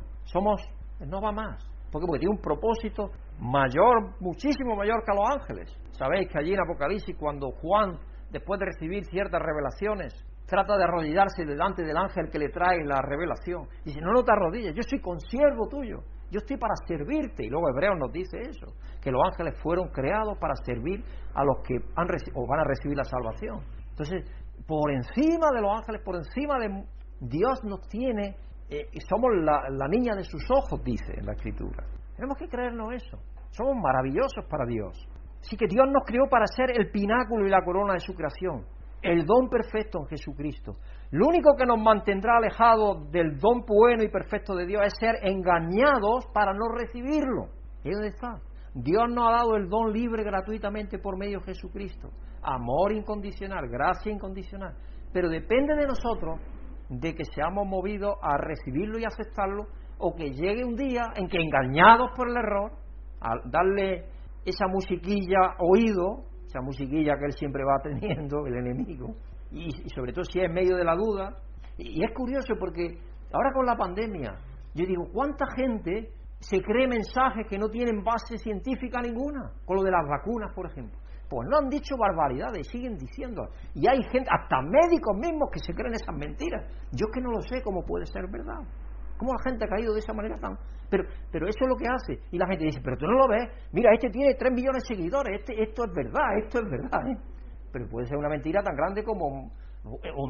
no va más. ¿Por qué? Porque tiene un propósito mayor, muchísimo mayor que a los ángeles. Sabéis que allí en Apocalipsis, cuando Juan, después de recibir ciertas revelaciones, trata de arrodillarse delante del ángel que le trae la revelación, dice, no te arrodilles, yo soy consiervo tuyo, yo estoy para servirte. Y luego Hebreos nos dice eso, que los ángeles fueron creados para servir a los que van a recibir la salvación. Entonces, por encima de los ángeles, por encima de Dios nos tiene, somos la niña de sus ojos, dice en la Escritura. Tenemos que creernos eso. Somos maravillosos para Dios. Así que Dios nos creó para ser el pináculo y la corona de su creación, el don perfecto en Jesucristo. Lo único que nos mantendrá alejados del don bueno y perfecto de Dios es ser engañados para no recibirlo. ¿Y dónde está? Dios nos ha dado el don libre gratuitamente por medio de Jesucristo. Amor incondicional, gracia incondicional. Pero depende de nosotros de que seamos movidos a recibirlo y aceptarlo, o que llegue un día en que, engañados por el error, al darle esa musiquilla oído, esa musiquilla que él siempre va teniendo, el enemigo, y sobre todo si es en medio de la duda. Y es curioso porque ahora con la pandemia, yo digo, ¿cuánta gente se cree mensajes que no tienen base científica ninguna? Con lo de las vacunas, por ejemplo. Pues no han dicho barbaridades, siguen diciendo. Y hay gente, hasta médicos mismos, que se creen esas mentiras. Yo es que no lo sé cómo puede ser verdad. ¿Cómo la gente ha caído de esa manera tan...? Pero eso es lo que hace. Y la gente dice, pero tú no lo ves. Mira, este tiene 3 millones de seguidores. Esto es verdad, ¿eh? Pero puede ser una mentira tan grande como... O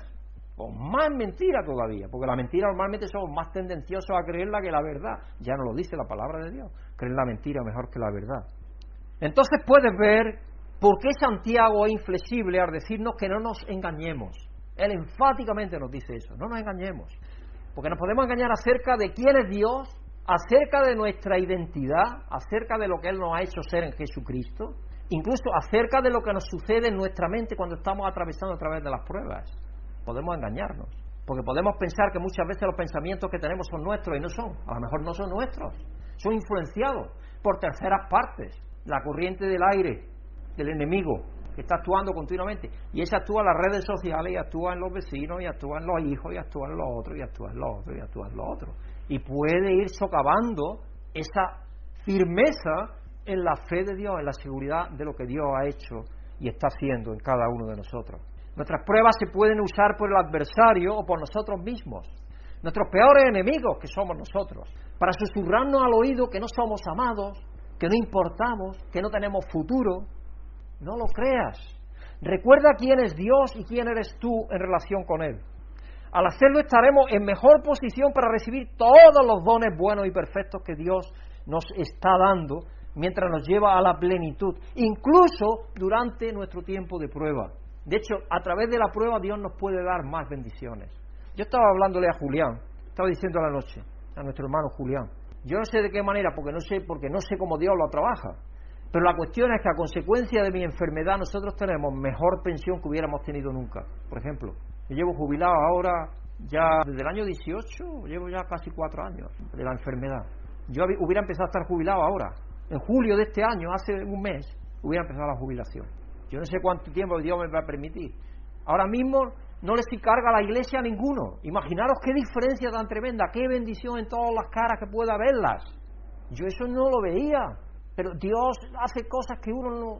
más mentira todavía. Porque la mentira normalmente somos más tendenciosos a creerla que la verdad. Ya no lo dice la palabra de Dios. Creer la mentira mejor que la verdad. Entonces puedes ver por qué Santiago es inflexible al decirnos que no nos engañemos. Él enfáticamente nos dice eso, no nos engañemos. Porque nos podemos engañar acerca de quién es Dios, acerca de nuestra identidad, acerca de lo que Él nos ha hecho ser en Jesucristo, incluso acerca de lo que nos sucede en nuestra mente cuando estamos atravesando a través de las pruebas. Podemos engañarnos, porque podemos pensar que muchas veces los pensamientos que tenemos son nuestros y no son. A lo mejor no son nuestros, son influenciados por terceras partes, la corriente del aire del enemigo que está actuando continuamente, y esa actúa en las redes sociales, y actúa en los vecinos, y actúa en los hijos, y actúa en los otros, y actúa en los otros, y actúa en los otros, y puede ir socavando esa firmeza en la fe de Dios, en la seguridad de lo que Dios ha hecho y está haciendo en cada uno de nosotros. Nuestras pruebas se pueden usar por el adversario o por nosotros mismos, nuestros peores enemigos, que somos nosotros, para susurrarnos al oído que no somos amados, que no importamos, que no tenemos futuro. No lo creas. Recuerda quién es Dios y quién eres tú en relación con Él. Al hacerlo estaremos en mejor posición para recibir todos los dones buenos y perfectos que Dios nos está dando mientras nos lleva a la plenitud, incluso durante nuestro tiempo de prueba. De hecho, a través de la prueba Dios nos puede dar más bendiciones. Yo estaba hablándole a Julián, estaba diciendo a la noche, a nuestro hermano Julián, yo no sé de qué manera, porque no sé cómo Dios lo trabaja, pero la cuestión es que a consecuencia de mi enfermedad nosotros tenemos mejor pensión que hubiéramos tenido nunca. Por ejemplo, yo llevo jubilado ahora ya desde el año 18, llevo ya casi 4 años de la enfermedad. Yo hubiera empezado a estar jubilado ahora. En julio de este año, hace un mes, hubiera empezado la jubilación. Yo no sé cuánto tiempo Dios me va a permitir. Ahora mismo no les carga a la iglesia a ninguno. Imaginaros qué diferencia tan tremenda, qué bendición en todas las caras que pueda verlas. Yo eso no lo veía, pero Dios hace cosas que uno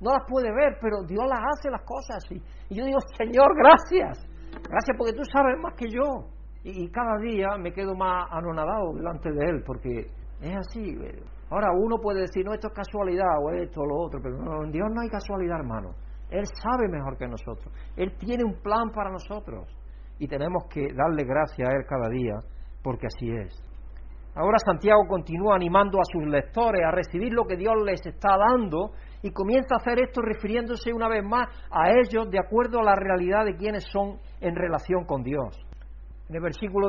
no las puede ver, pero Dios las hace las cosas. Y yo digo, Señor, gracias. Gracias porque tú sabes más que yo. Y cada día me quedo más anonadado delante de Él, porque es así. Ahora uno puede decir, no, esto es casualidad, o esto o lo otro, pero no, en Dios no hay casualidad, hermano. Él sabe mejor que nosotros. Él tiene un plan para nosotros. Y tenemos que darle gracias a Él cada día, porque así es. Ahora Santiago continúa animando a sus lectores a recibir lo que Dios les está dando, y comienza a hacer esto refiriéndose una vez más a ellos de acuerdo a la realidad de quienes son en relación con Dios. En el versículo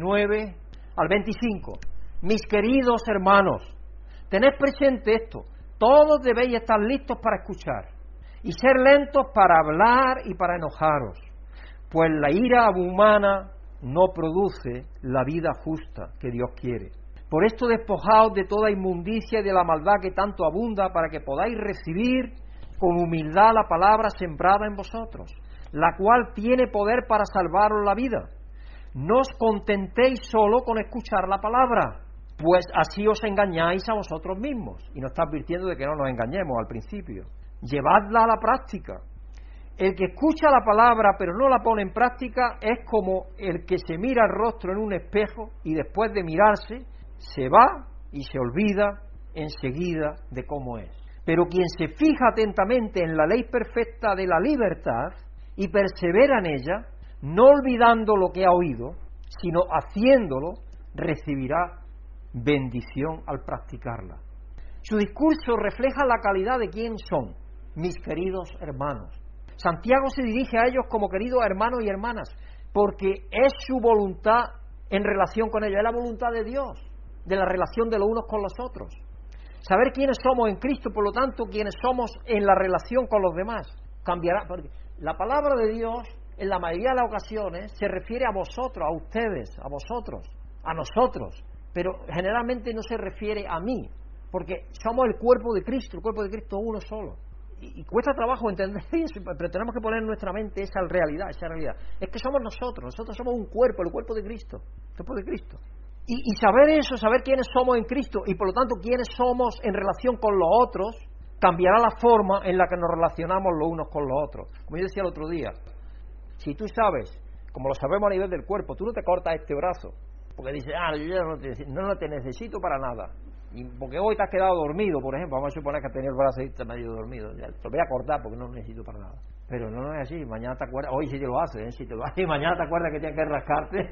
19 al 25, mis queridos hermanos, tened presente esto, todos debéis estar listos para escuchar y ser lentos para hablar y para enojaros, pues la ira humana no produce la vida justa que Dios quiere. Por esto despojaos de toda inmundicia y de la maldad que tanto abunda, para que podáis recibir con humildad la palabra sembrada en vosotros, la cual tiene poder para salvaros la vida. No os contentéis solo con escuchar la palabra, pues así os engañáis a vosotros mismos. Y nos está advirtiendo de que no nos engañemos al principio. Llevadla a la práctica. El que escucha la palabra pero no la pone en práctica es como el que se mira el rostro en un espejo y después de mirarse se va y se olvida enseguida de cómo es. Pero quien se fija atentamente en la ley perfecta de la libertad y persevera en ella, no olvidando lo que ha oído, sino haciéndolo, recibirá bendición al practicarla. Su discurso refleja la calidad de quién son, mis queridos hermanos. Santiago se dirige a ellos como queridos hermanos y hermanas, porque es su voluntad en relación con ellos, es la voluntad de Dios, de la relación de los unos con los otros. Saber quiénes somos en Cristo, por lo tanto, quiénes somos en la relación con los demás, cambiará, porque la palabra de Dios, en la mayoría de las ocasiones, se refiere a vosotros, a ustedes, a vosotros, a nosotros, pero generalmente no se refiere a mí, porque somos el cuerpo de Cristo es uno solo. Y cuesta trabajo entender eso, pero tenemos que poner en nuestra mente esa realidad. Es que somos nosotros somos un cuerpo, el cuerpo de Cristo, Y saber eso, saber quiénes somos en Cristo, y por lo tanto quiénes somos en relación con los otros, cambiará la forma en la que nos relacionamos los unos con los otros. Como yo decía el otro día, si tú sabes, como lo sabemos a nivel del cuerpo, tú no te cortas este brazo, porque dices, yo ya no te necesito para nada. Y porque hoy te has quedado dormido, por ejemplo, vamos a suponer que has tenido el brazo ahí medio dormido, ya, te lo voy a cortar porque no lo necesito para nada. Pero no es así, mañana te acuerdas, hoy sí te lo haces, si te lo haces, mañana te acuerdas que tienes que rascarte,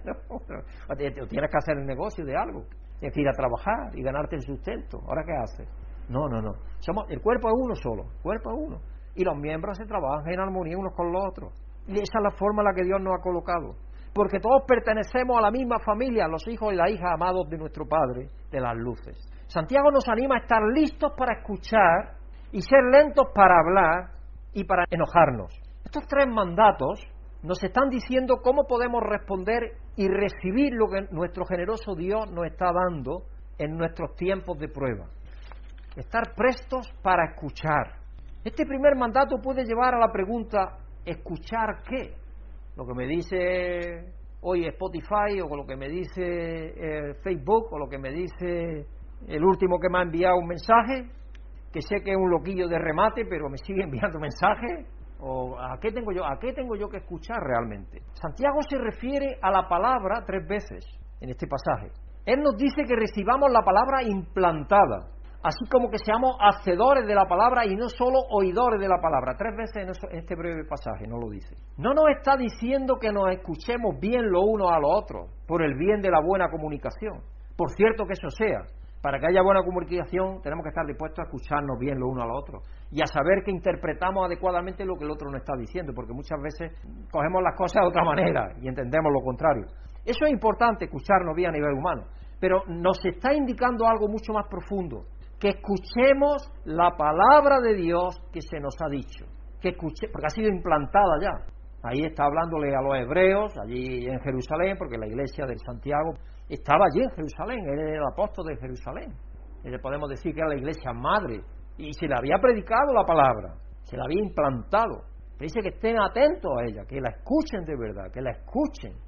o tienes que hacer el negocio de algo, tienes que ir a trabajar y ganarte el sustento. ¿Ahora qué haces? No. El cuerpo es uno solo, el cuerpo es uno, y los miembros se trabajan en armonía unos con los otros, y esa es la forma en la que Dios nos ha colocado. Porque todos pertenecemos a la misma familia, los hijos y las hijas amados de nuestro Padre de las luces. Santiago nos anima a estar listos para escuchar y ser lentos para hablar y para enojarnos. Estos tres mandatos nos están diciendo cómo podemos responder y recibir lo que nuestro generoso Dios nos está dando en nuestros tiempos de prueba. Estar prestos para escuchar. Este primer mandato puede llevar a la pregunta, ¿escuchar qué? Lo que me dice hoy Spotify, o lo que me dice Facebook, o lo que me dice el último que me ha enviado un mensaje, que sé que es un loquillo de remate, pero me sigue enviando mensajes. ¿O a qué tengo yo que escuchar realmente? Santiago se refiere a la palabra 3 veces en este pasaje. Él nos dice que recibamos la palabra implantada, así como que seamos hacedores de la palabra y no solo oidores de la palabra. 3 veces en este breve pasaje no lo dice. No nos está diciendo que nos escuchemos bien los unos a los otros, por el bien de la buena comunicación. Por cierto que eso sea, para que haya buena comunicación tenemos que estar dispuestos a escucharnos bien los unos a los otros y a saber que interpretamos adecuadamente lo que el otro nos está diciendo, porque muchas veces cogemos las cosas de otra manera y entendemos lo contrario. Eso es importante, escucharnos bien a nivel humano, pero nos está indicando algo mucho más profundo, que escuchemos la palabra de Dios que se nos ha dicho, porque ha sido implantada ya. Ahí está hablándole a los hebreos, allí en Jerusalén, porque la iglesia de Santiago estaba allí en Jerusalén, él era el apóstol de Jerusalén. Y le podemos decir que era la iglesia madre, y se le había predicado la palabra, se la había implantado. Dice que estén atentos a ella, que la escuchen de verdad, que la escuchen.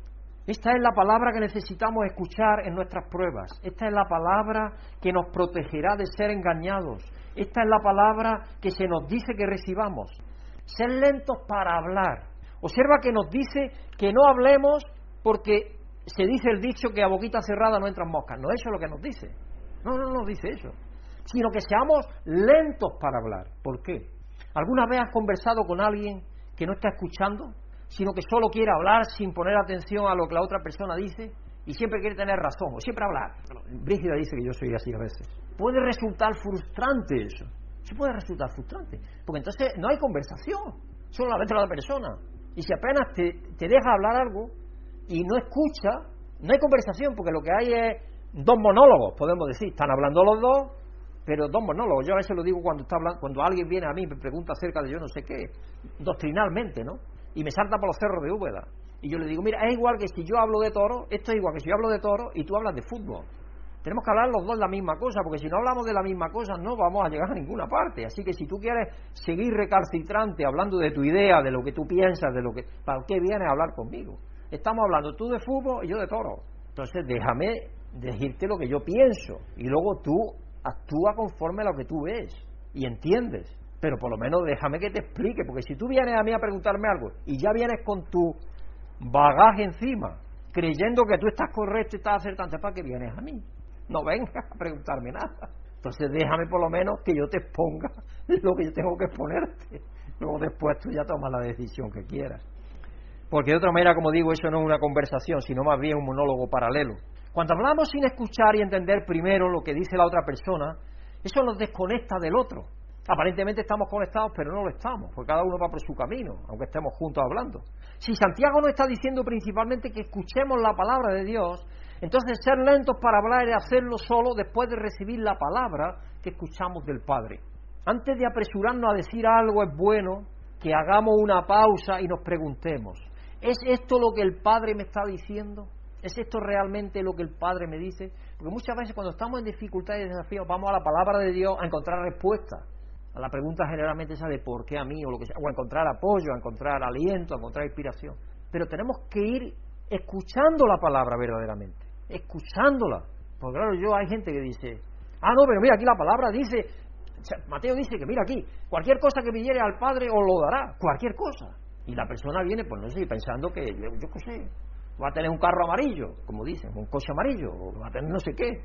Esta es la palabra que necesitamos escuchar en nuestras pruebas. Esta es la palabra que nos protegerá de ser engañados. Esta es la palabra que se nos dice que recibamos. Ser lentos para hablar. Observa que nos dice que no hablemos porque se dice el dicho que a boquita cerrada no entran moscas. No, eso es lo que nos dice. No nos dice eso. Sino que seamos lentos para hablar. ¿Por qué? ¿Alguna vez has conversado con alguien que no está escuchando, sino que solo quiere hablar sin poner atención a lo que la otra persona dice y siempre quiere tener razón o siempre hablar? Brígida dice que yo soy así a veces. Puede resultar frustrante eso. Sí puede resultar frustrante, porque entonces no hay conversación, solamente la persona. Y si apenas te deja hablar algo y no escucha, no hay conversación, porque lo que hay es dos monólogos, podemos decir. Están hablando los dos, pero dos monólogos. Yo a veces lo digo cuando alguien viene a mí y me pregunta acerca de yo no sé qué, doctrinalmente, ¿no? Y me salta por los cerros de Úbeda. Y yo le digo, mira, es igual que si yo hablo de toro, esto es igual que si yo hablo de toro y tú hablas de fútbol. Tenemos que hablar los dos la misma cosa, porque si no hablamos de la misma cosa no vamos a llegar a ninguna parte. Así que si tú quieres seguir recalcitrante hablando de tu idea, de lo que tú piensas, ¿para qué vienes a hablar conmigo? Estamos hablando tú de fútbol y yo de toro. Entonces déjame decirte lo que yo pienso y luego tú actúa conforme a lo que tú ves y entiendes. Pero por lo menos déjame que te explique, porque si tú vienes a mí a preguntarme algo y ya vienes con tu bagaje encima, creyendo que tú estás correcto y estás acertante, ¿para qué vienes a mí? No vengas a preguntarme nada. Entonces déjame por lo menos que yo te exponga lo que yo tengo que exponerte. Luego después tú ya tomas la decisión que quieras. Porque de otra manera, como digo, eso no es una conversación, sino más bien un monólogo paralelo. Cuando hablamos sin escuchar y entender primero lo que dice la otra persona, eso nos desconecta del otro. Aparentemente estamos conectados, pero no lo estamos, porque cada uno va por su camino, aunque estemos juntos hablando. Si Santiago nos está diciendo principalmente que escuchemos la palabra de Dios, entonces ser lentos para hablar es hacerlo solo después de recibir la palabra que escuchamos del Padre. Antes de apresurarnos a decir algo, es bueno que hagamos una pausa y nos preguntemos, ¿es esto lo que el Padre me está diciendo? ¿Es esto realmente lo que el Padre me dice? Porque muchas veces cuando estamos en dificultades y desafíos vamos a la palabra de Dios a encontrar respuestas a la pregunta generalmente esa de por qué a mí o lo que sea, o a encontrar apoyo, a encontrar aliento, a encontrar inspiración. Pero tenemos que ir escuchando la palabra verdaderamente, escuchándola. Porque claro, hay gente que dice, no, pero mira, aquí la palabra dice, Mateo dice que mira aquí, cualquier cosa que pidiere al Padre os lo dará, cualquier cosa. Y la persona viene, pues no sé, pensando que, yo qué sé, va a tener un carro amarillo, como dicen, un coche amarillo, o va a tener no sé qué.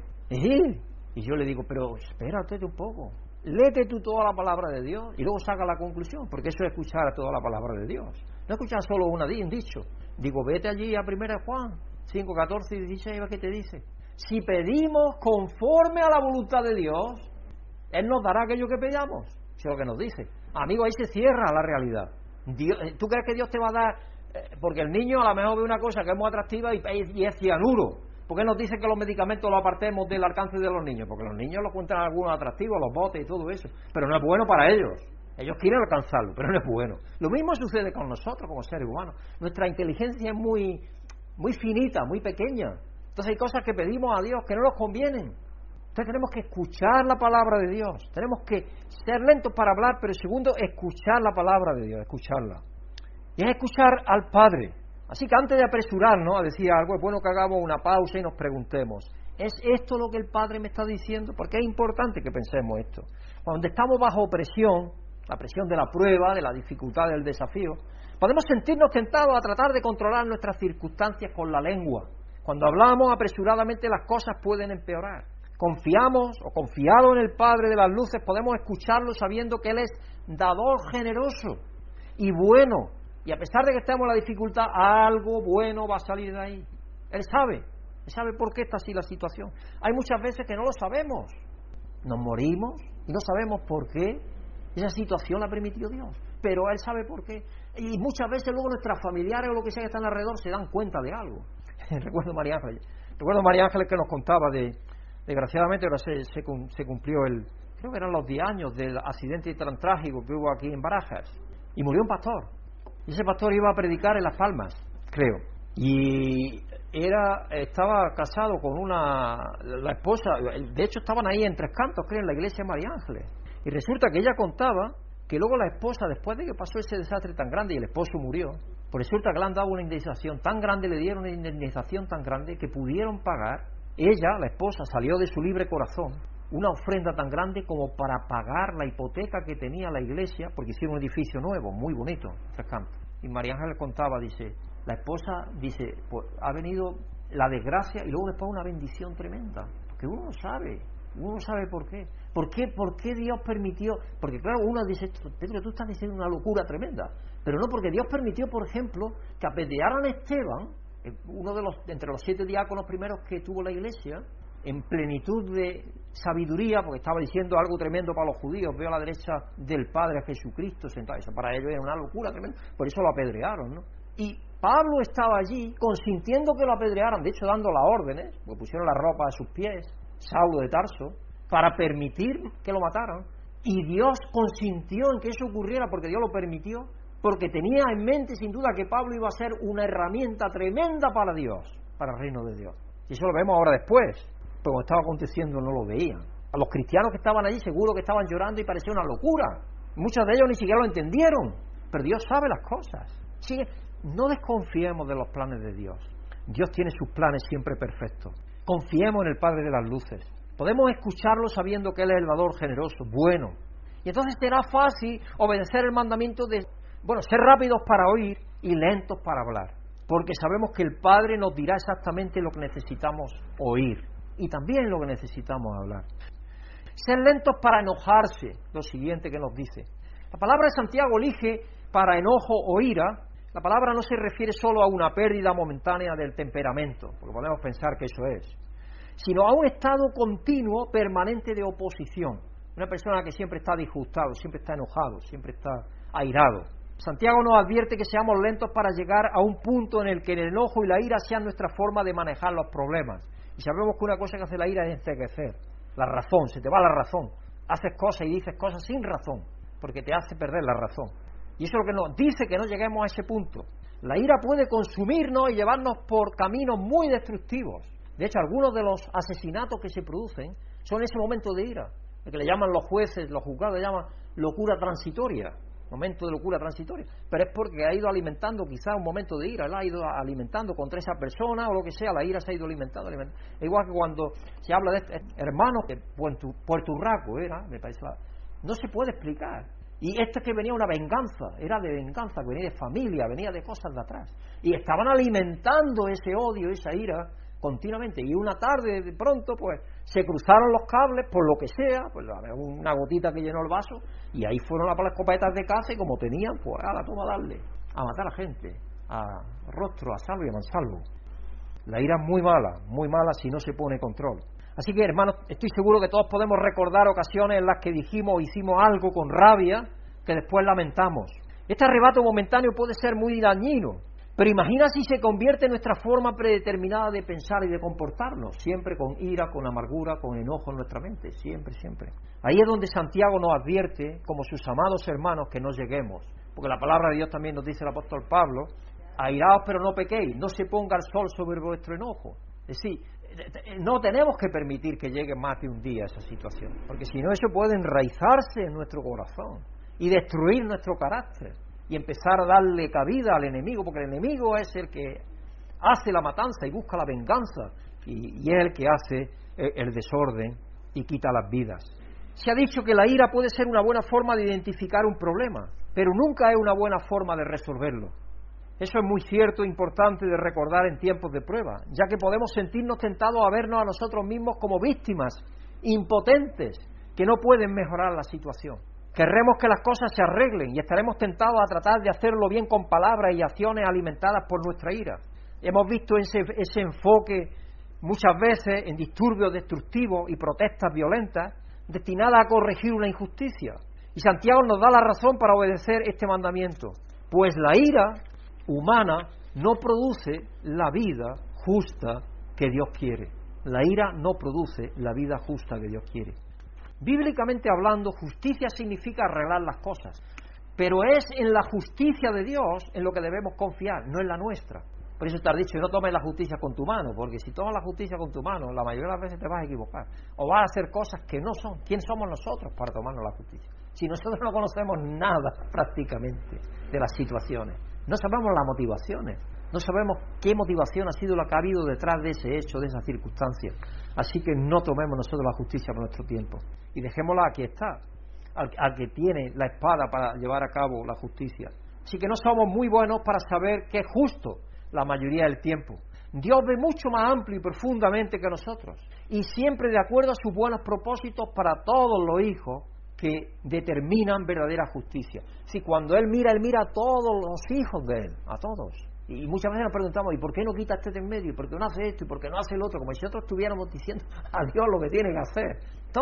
Y yo le digo, pero espérate un poco, léete tú toda la palabra de Dios y luego saca la conclusión, porque eso es escuchar toda la palabra de Dios. No escuchar solo un dicho. Digo, vete allí a 1 Juan 5, 14 y 16, ¿qué te dice? Si pedimos conforme a la voluntad de Dios, Él nos dará aquello que pedamos. Eso es lo que nos dice. Amigo, ahí se cierra la realidad. ¿Tú crees que Dios te va a dar? Porque el niño a lo mejor ve una cosa que es muy atractiva y es cianuro. ¿Por qué nos dice que los medicamentos los apartemos del alcance de los niños? Porque los niños los encuentran algunos atractivos, los botes y todo eso. Pero no es bueno para ellos. Ellos quieren alcanzarlo, pero no es bueno. Lo mismo sucede con nosotros como seres humanos. Nuestra inteligencia es muy finita, muy pequeña. Entonces hay cosas que pedimos a Dios que no nos convienen. Entonces tenemos que escuchar la palabra de Dios. Tenemos que ser lentos para hablar, pero segundo, escuchar la palabra de Dios, escucharla. Y es escuchar al Padre. Así que antes de apresurarnos a decir algo, es bueno que hagamos una pausa y nos preguntemos, ¿es esto lo que el Padre me está diciendo? Porque es importante que pensemos esto. Cuando estamos bajo presión, la presión de la prueba, de la dificultad, del desafío, podemos sentirnos tentados a tratar de controlar nuestras circunstancias con la lengua. Cuando hablamos apresuradamente las cosas pueden empeorar. Confiamos o confiado en el Padre de las luces, podemos escucharlo sabiendo que Él es dador generoso y bueno. Y a pesar de que estemos en la dificultad, algo bueno va a salir de ahí. Él sabe por qué está así la situación. Hay muchas veces que no lo sabemos. Nos morimos y no sabemos por qué esa situación la permitió Dios. Pero Él sabe por qué. Y muchas veces luego nuestros familiares o lo que sea que están alrededor se dan cuenta de algo. Recuerdo María Ángeles que nos contaba desgraciadamente ahora se cumplió creo que eran los 10 años del accidente tan trágico que hubo aquí en Barajas. Y murió un pastor. Y ese pastor iba a predicar en Las Palmas, creo. Y estaba casado con la esposa, de hecho estaban ahí en Tres Cantos, creo, en la iglesia de María Ángeles. Y resulta que ella contaba que luego la esposa, después de que pasó ese desastre tan grande y el esposo murió, Pues resulta que le han dado una indemnización tan grande, le dieron una indemnización tan grande que pudieron pagar, ella, la esposa, salió de su libre corazón, una ofrenda tan grande como para pagar la hipoteca que tenía la iglesia, porque hicieron un edificio nuevo, muy bonito, Tres Cantos. Y María Ángel contaba, dice, la esposa, dice, pues ha venido la desgracia y luego después una bendición tremenda, porque uno no sabe por qué. ¿Por qué Dios permitió? Porque claro, uno dice, Pedro, tú estás diciendo una locura tremenda, pero no, porque Dios permitió, por ejemplo, que apedrearan a Esteban, uno de entre los 7 diáconos primeros que tuvo la iglesia, en plenitud de sabiduría, porque estaba diciendo algo tremendo para los judíos. Veo a la derecha del Padre a Jesucristo sentado. Eso para ellos era una locura tremenda, por eso lo apedrearon, ¿no? Y Pablo estaba allí consintiendo que lo apedrearan, de hecho dando las órdenes, porque pusieron la ropa a sus pies, Saulo de Tarso, para permitir que lo mataran. Y Dios consintió en que eso ocurriera, porque Dios lo permitió, porque tenía en mente sin duda que Pablo iba a ser una herramienta tremenda para Dios, para el reino de Dios. Y eso lo vemos ahora después, pero cuando estaba aconteciendo no lo veían. A los cristianos que estaban allí seguro que estaban llorando y parecía una locura. Muchos de ellos ni siquiera lo entendieron, pero Dios sabe las cosas. Así que no desconfiemos de los planes de Dios. Dios tiene sus planes siempre perfectos. Confiemos en el Padre de las luces. Podemos escucharlo sabiendo que Él es el dador generoso, bueno. Y entonces será fácil obedecer el mandamiento de, ser rápidos para oír y lentos para hablar. Porque sabemos que el Padre nos dirá exactamente lo que necesitamos oír y también lo que necesitamos hablar. Ser lentos para enojarse, lo siguiente que nos dice. La palabra de Santiago elige para enojo o ira. La palabra no se refiere solo a una pérdida momentánea del temperamento, porque podemos pensar que eso es, sino a un estado continuo, permanente de oposición. Una persona que siempre está disgustado, siempre está enojado, siempre está airado. Santiago nos advierte que seamos lentos para llegar a un punto en el que el enojo y la ira sean nuestra forma de manejar los problemas. Y sabemos que una cosa que hace la ira es entequecer, la razón, se te va la razón. Haces cosas y dices cosas sin razón, porque te hace perder la razón. Y eso es lo que nos dice que no lleguemos a ese punto. La ira puede consumirnos y llevarnos por caminos muy destructivos. De hecho, algunos de los asesinatos que se producen son ese momento de ira, el que le llaman los jueces, los juzgados, le llaman locura transitoria, momento de locura transitoria. Pero es porque ha ido alimentando quizá un momento de ira, la ha ido alimentando contra esa persona o lo que sea, la ira se ha ido alimentando. Es igual que cuando se habla de este hermano que Puerto Urraco era, me parece, no se puede explicar. Y esto es que venía una venganza, era de venganza, venía de familia, venía de cosas de atrás. Y estaban alimentando ese odio, esa ira, continuamente. Y una tarde, de pronto, pues, se cruzaron los cables, por lo que sea, pues una gotita que llenó el vaso, y ahí fueron las escopetas de caza, y como tenían, pues, a la toma darle, a matar a gente, a rostro, a salvo y a mansalvo. La ira es muy mala si no se pone control. Así que, hermanos, estoy seguro que todos podemos recordar ocasiones en las que dijimos o hicimos algo con rabia que después lamentamos. Este arrebato momentáneo puede ser muy dañino, pero imagina si se convierte en nuestra forma predeterminada de pensar y de comportarnos, siempre con ira, con amargura, con enojo en nuestra mente, siempre. Ahí es donde Santiago nos advierte, como sus amados hermanos, que no lleguemos, porque la palabra de Dios también nos dice el apóstol Pablo, airaos pero no pequéis, no se ponga el sol sobre vuestro enojo. Es decir, no tenemos que permitir que llegue más de un día esa situación, porque si no eso puede enraizarse en nuestro corazón y destruir nuestro carácter y empezar a darle cabida al enemigo, porque el enemigo es el que hace la matanza y busca la venganza y es el que hace el desorden y quita las vidas. Se ha dicho que la ira puede ser una buena forma de identificar un problema, pero nunca es una buena forma de resolverlo. Eso es muy cierto e importante de recordar en tiempos de prueba, ya que podemos sentirnos tentados a vernos a nosotros mismos como víctimas, impotentes, que no pueden mejorar la situación. Querremos que las cosas se arreglen y estaremos tentados a tratar de hacerlo bien con palabras y acciones alimentadas por nuestra ira. Hemos visto ese enfoque muchas veces en disturbios destructivos y protestas violentas destinadas a corregir una injusticia. Y Santiago nos da la razón para obedecer este mandamiento, pues la ira humana no produce la vida justa que Dios quiere. La ira no produce la vida justa que Dios quiere. Bíblicamente hablando, justicia significa arreglar las cosas, pero es en la justicia de Dios en lo que debemos confiar, no en la nuestra. Por eso está dicho, no tomes la justicia con tu mano, porque si tomas la justicia con tu mano, la mayoría de las veces te vas a equivocar, o vas a hacer cosas que no son. ¿Quién somos nosotros para tomarnos la justicia? Si nosotros no conocemos nada prácticamente de las situaciones, No sabemos las motivaciones, no sabemos qué motivación ha sido la que ha habido detrás de ese hecho, de esa circunstancia. Así que no tomemos nosotros la justicia por nuestro tiempo y dejémosla a quien está, al que tiene la espada para llevar a cabo la justicia. Así que no somos muy buenos para saber qué es justo la mayoría del tiempo. Dios ve mucho más amplio y profundamente que nosotros, y siempre de acuerdo a sus buenos propósitos para todos los hijos que determinan verdadera justicia. Si cuando Él mira a todos los hijos de Él, a todos. Y muchas veces nos preguntamos, ¿y por qué no quita este de en medio? ¿Y por qué no hace esto? ¿Y por qué no hace el otro? Como si nosotros estuviéramos diciendo a Dios lo que tiene que hacer.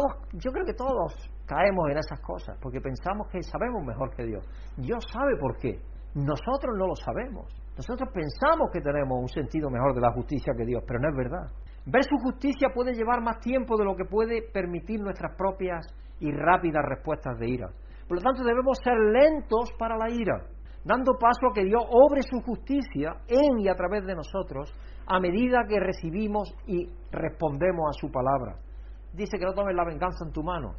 Yo creo que todos caemos en esas cosas, porque pensamos que sabemos mejor que Dios. Dios sabe por qué. Nosotros no lo sabemos. Nosotros pensamos que tenemos un sentido mejor de la justicia que Dios, pero no es verdad. Ver su justicia puede llevar más tiempo de lo que puede permitir nuestras propias y rápidas respuestas de ira. Por lo tanto, debemos ser lentos para la ira, dando paso a que Dios obre su justicia en y a través de nosotros a medida que recibimos y respondemos a su palabra. Dice que no tomes la venganza en tu mano.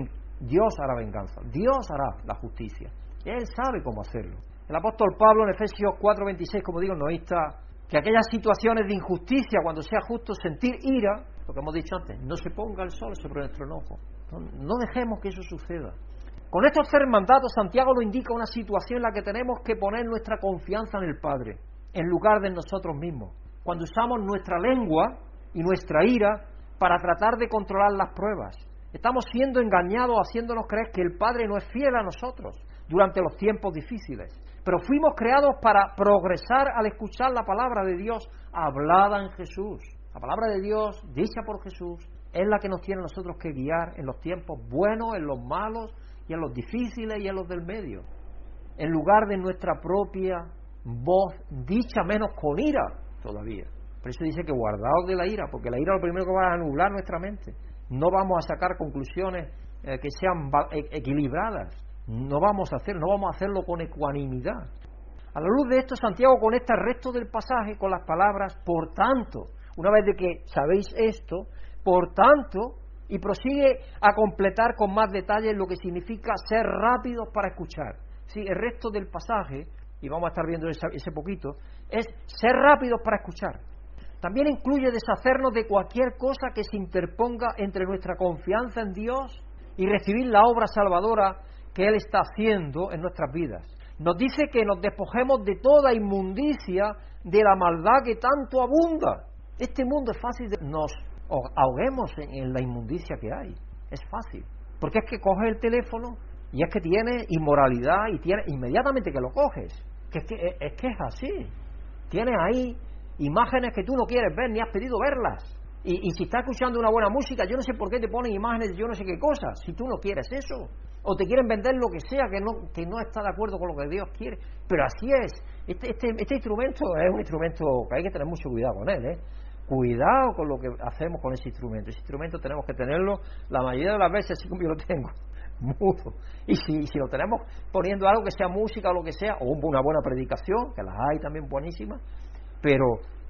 Dios hará venganza, Dios hará la justicia. Él sabe cómo hacerlo. El apóstol Pablo en Efesios 4:26, como digo, nos insta que aquellas situaciones de injusticia, cuando sea justo sentir ira, lo que hemos dicho antes, no se ponga el sol sobre nuestro enojo. No dejemos que eso suceda. Con estos 3 mandatos, Santiago nos indica una situación en la que tenemos que poner nuestra confianza en el Padre, en lugar de nosotros mismos. Cuando usamos nuestra lengua y nuestra ira para tratar de controlar las pruebas, estamos siendo engañados, haciéndonos creer que el Padre no es fiel a nosotros durante los tiempos difíciles. Pero fuimos creados para progresar al escuchar la palabra de Dios hablada en Jesús. La palabra de Dios, dicha por Jesús, es la que nos tiene a nosotros que guiar en los tiempos buenos, en los malos, y en los difíciles y en los del medio, en lugar de nuestra propia voz dicha menos con ira todavía. Por eso dice que guardaos de la ira, porque la ira es lo primero que va a nublar nuestra mente. No vamos a sacar conclusiones que sean equilibradas, no vamos a hacerlo con ecuanimidad. A la luz de esto, Santiago conecta el resto del pasaje con las palabras por tanto. Una vez de que sabéis esto, por tanto, y prosigue a completar con más detalles lo que significa ser rápidos para escuchar. Sí, el resto del pasaje, y vamos a estar viendo ese poquito, es ser rápidos para escuchar. También incluye deshacernos de cualquier cosa que se interponga entre nuestra confianza en Dios y recibir la obra salvadora que Él está haciendo en nuestras vidas. Nos dice que nos despojemos de toda inmundicia, de la maldad que tanto abunda. Este mundo es fácil de nos ahoguemos en la inmundicia que hay. Es fácil. Porque es que coges el teléfono y es que tiene inmoralidad y tiene inmediatamente que lo coges. Es que es así. Tienes ahí imágenes que tú no quieres ver ni has pedido verlas. Y si estás escuchando una buena música, yo no sé por qué te ponen imágenes de yo no sé qué cosas, si tú no quieres eso. O te quieren vender lo que sea que no está de acuerdo con lo que Dios quiere. Pero así es. Este instrumento es un instrumento que hay que tener mucho cuidado con él, ¿eh? Cuidado con lo que hacemos con ese instrumento. Ese instrumento tenemos que tenerlo la mayoría de las veces, así como yo lo tengo, mudo. Y si lo tenemos poniendo algo que sea música o lo que sea, o una buena predicación, que las hay también buenísimas, pero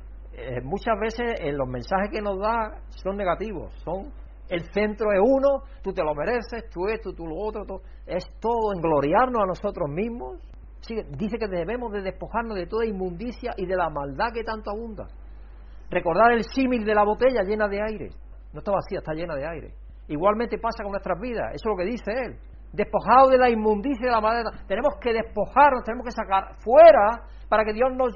muchas veces los mensajes que nos da son negativos, el centro es uno, tú te lo mereces, tú esto, tú lo otro, todo. Es todo engloriarnos a nosotros mismos. Sí, dice que debemos de despojarnos de toda inmundicia y de la maldad que tanto abunda. Recordar el símil de la botella llena de aire. No está vacía, está llena de aire. Igualmente pasa con nuestras vidas, eso es lo que dice él. Despojados de la inmundicia y de la maldad. Tenemos que despojarnos, tenemos que sacar fuera para que Dios nos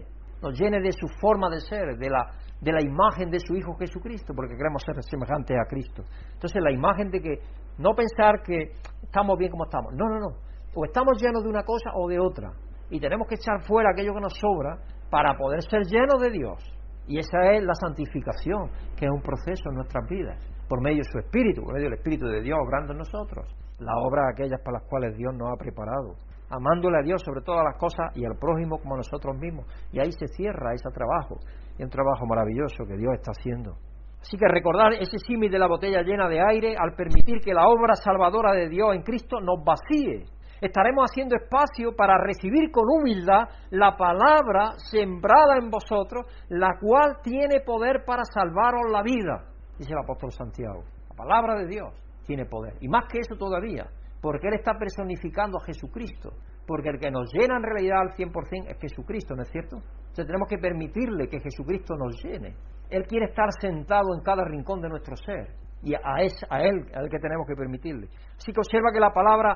llene de su forma de ser, de la imagen de su Hijo Jesucristo, porque queremos ser semejantes a Cristo. Entonces la imagen de que no pensar que estamos bien como estamos. No. O estamos llenos de una cosa o de otra. Y tenemos que echar fuera aquello que nos sobra para poder ser llenos de Dios. Y esa es la santificación, que es un proceso en nuestras vidas, por medio de su Espíritu, por medio del Espíritu de Dios obrando en nosotros, la obra de aquellas para las cuales Dios nos ha preparado, amándole a Dios sobre todas las cosas y al prójimo como a nosotros mismos. Y ahí se cierra ese trabajo, y un trabajo maravilloso que Dios está haciendo. Así que recordar ese símil de la botella llena de aire, al permitir que la obra salvadora de Dios en Cristo nos vacíe, estaremos haciendo espacio para recibir con humildad la palabra sembrada en vosotros, la cual tiene poder para salvaros la vida, dice el apóstol Santiago. La palabra de Dios tiene poder, y más que eso todavía, porque Él está personificando a Jesucristo, porque el que nos llena en realidad al 100% es Jesucristo, ¿no es cierto? Entonces tenemos que permitirle que Jesucristo nos llene. Él quiere estar sentado en cada rincón de nuestro ser, y a Él que tenemos que permitirle. Así que observa que la palabra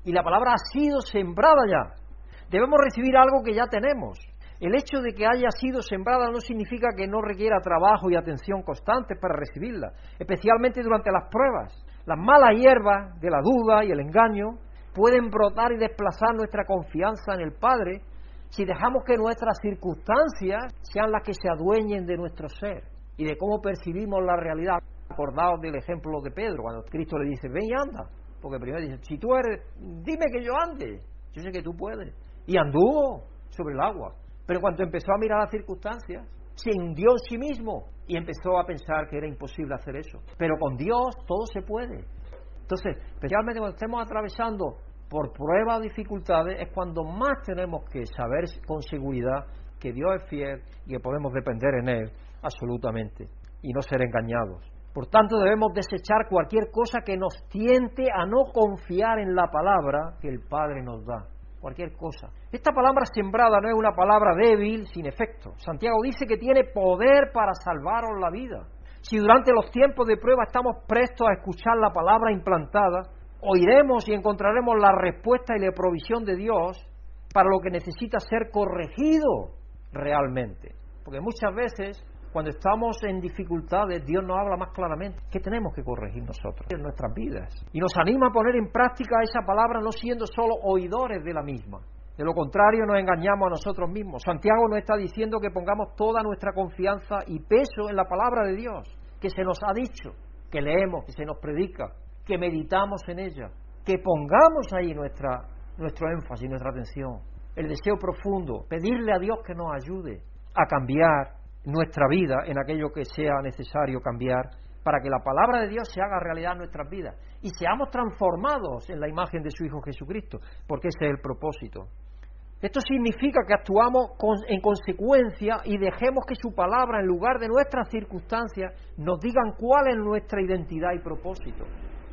ha sido sembrada ya. Debemos recibir algo que ya tenemos. El hecho de que haya sido sembrada no significa que no requiera trabajo y atención constantes para recibirla, especialmente durante las pruebas. Las malas hierbas de la duda y el engaño pueden brotar y desplazar nuestra confianza en el Padre si dejamos que nuestras circunstancias sean las que se adueñen de nuestro ser y de cómo percibimos la realidad. Acordaos del ejemplo de Pedro, cuando Cristo le dice, ven y anda, porque primero dice, si tú eres, dime que yo ande, yo sé que tú puedes. Y anduvo sobre el agua, pero cuando empezó a mirar las circunstancias, se hundió en sí mismo y empezó a pensar que era imposible hacer eso. Pero con Dios todo se puede. Entonces, especialmente cuando estemos atravesando por pruebas o dificultades, es cuando más tenemos que saber con seguridad que Dios es fiel y que podemos depender en Él absolutamente y no ser engañados. Por tanto, debemos desechar cualquier cosa que nos tiente a no confiar en la palabra que el Padre nos da. Cualquier cosa. Esta palabra sembrada no es una palabra débil, sin efecto. Santiago dice que tiene poder para salvaros la vida. Si durante los tiempos de prueba estamos prestos a escuchar la palabra implantada, oiremos y encontraremos la respuesta y la provisión de Dios para lo que necesita ser corregido realmente. Porque muchas veces, cuando estamos en dificultades, Dios nos habla más claramente. ¿Qué tenemos que corregir nosotros en nuestras vidas? Y nos anima a poner en práctica esa palabra, no siendo solo oidores de la misma. De lo contrario, nos engañamos a nosotros mismos. Santiago nos está diciendo que pongamos toda nuestra confianza y peso en la palabra de Dios, que se nos ha dicho, que leemos, que se nos predica, que meditamos en ella, que pongamos ahí nuestro énfasis, nuestra atención, el deseo profundo, pedirle a Dios que nos ayude a cambiar nuestra vida en aquello que sea necesario cambiar para que la palabra de Dios se haga realidad en nuestras vidas y seamos transformados en la imagen de su Hijo Jesucristo, porque ese es el propósito. Esto significa que actuamos en consecuencia y dejemos que su palabra, en lugar de nuestras circunstancias, nos digan cuál es nuestra identidad y propósito.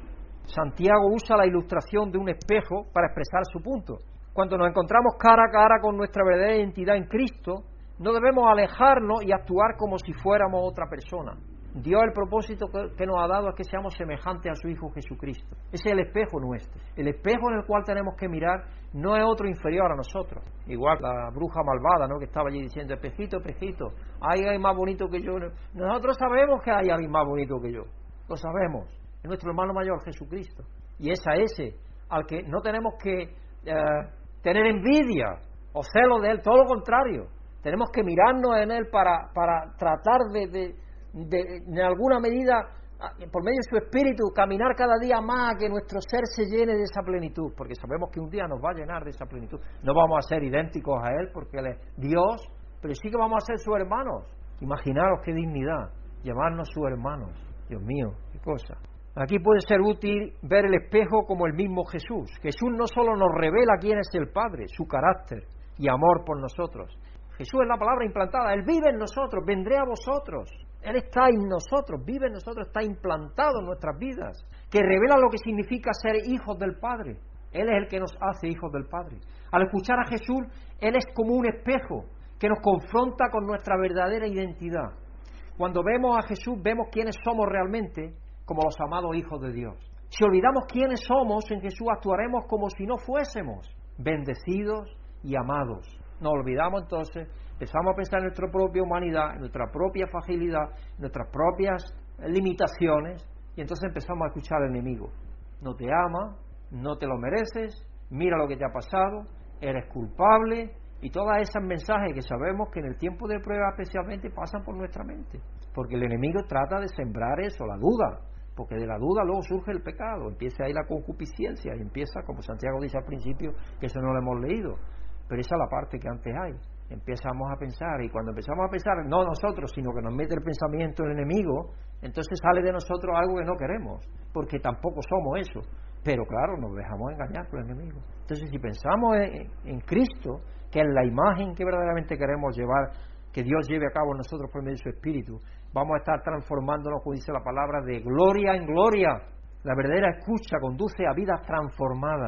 Santiago usa la ilustración de un espejo para expresar su punto. Cuando nos encontramos cara a cara con nuestra verdadera identidad en Cristo, no debemos alejarnos y actuar como si fuéramos otra persona. Dios, el propósito que nos ha dado es que seamos semejantes a su Hijo Jesucristo. Ese es el espejo nuestro. El espejo en el cual tenemos que mirar no es otro inferior a nosotros. Igual la bruja malvada, ¿no?, que estaba allí diciendo, espejito, espejito, hay alguien más bonito que yo. Nosotros sabemos que hay alguien más bonito que yo. Lo sabemos. Es nuestro hermano mayor, Jesucristo. Y es a ese al que no tenemos que tener envidia o celo de él, todo lo contrario. Tenemos que mirarnos en Él para tratar de en alguna medida, por medio de su Espíritu, caminar cada día más a que nuestro ser se llene de esa plenitud, porque sabemos que un día nos va a llenar de esa plenitud. No vamos a ser idénticos a Él, porque Él es Dios, pero sí que vamos a ser sus hermanos. Imaginaros qué dignidad, llamarnos sus hermanos. Dios mío, qué cosa. Aquí puede ser útil ver el espejo como el mismo Jesús. Jesús no solo nos revela quién es el Padre, su carácter y amor por nosotros. Jesús es la palabra implantada, Él vive en nosotros, vendré a vosotros. Él está en nosotros, vive en nosotros, está implantado en nuestras vidas, que revela lo que significa ser hijos del Padre. Él es el que nos hace hijos del Padre. Al escuchar a Jesús, Él es como un espejo que nos confronta con nuestra verdadera identidad. Cuando vemos a Jesús, vemos quiénes somos realmente como los amados hijos de Dios. Si olvidamos quiénes somos, en Jesús actuaremos como si no fuésemos bendecidos y amados. Nos olvidamos entonces, empezamos a pensar en nuestra propia humanidad, en nuestra propia fragilidad, en nuestras propias limitaciones, y entonces empezamos a escuchar al enemigo. No te ama, no te lo mereces, mira lo que te ha pasado, eres culpable, y todos esos mensajes que sabemos que en el tiempo de prueba especialmente pasan por nuestra mente, porque el enemigo trata de sembrar eso, la duda, porque de la duda luego surge el pecado, empieza ahí la concupiscencia, y empieza, como Santiago dice al principio, que eso no lo hemos leído, pero esa es la parte que antes hay. Empezamos a pensar, y cuando empezamos a pensar, no nosotros, sino que nos mete el pensamiento el enemigo, entonces sale de nosotros algo que no queremos, porque tampoco somos eso. Pero claro, nos dejamos engañar por el enemigo. Entonces, si pensamos en Cristo, que es la imagen que verdaderamente queremos llevar, que Dios lleve a cabo en nosotros por medio de su Espíritu, vamos a estar transformándonos, como dice la palabra, de gloria en gloria. La verdadera escucha conduce a vidas transformadas.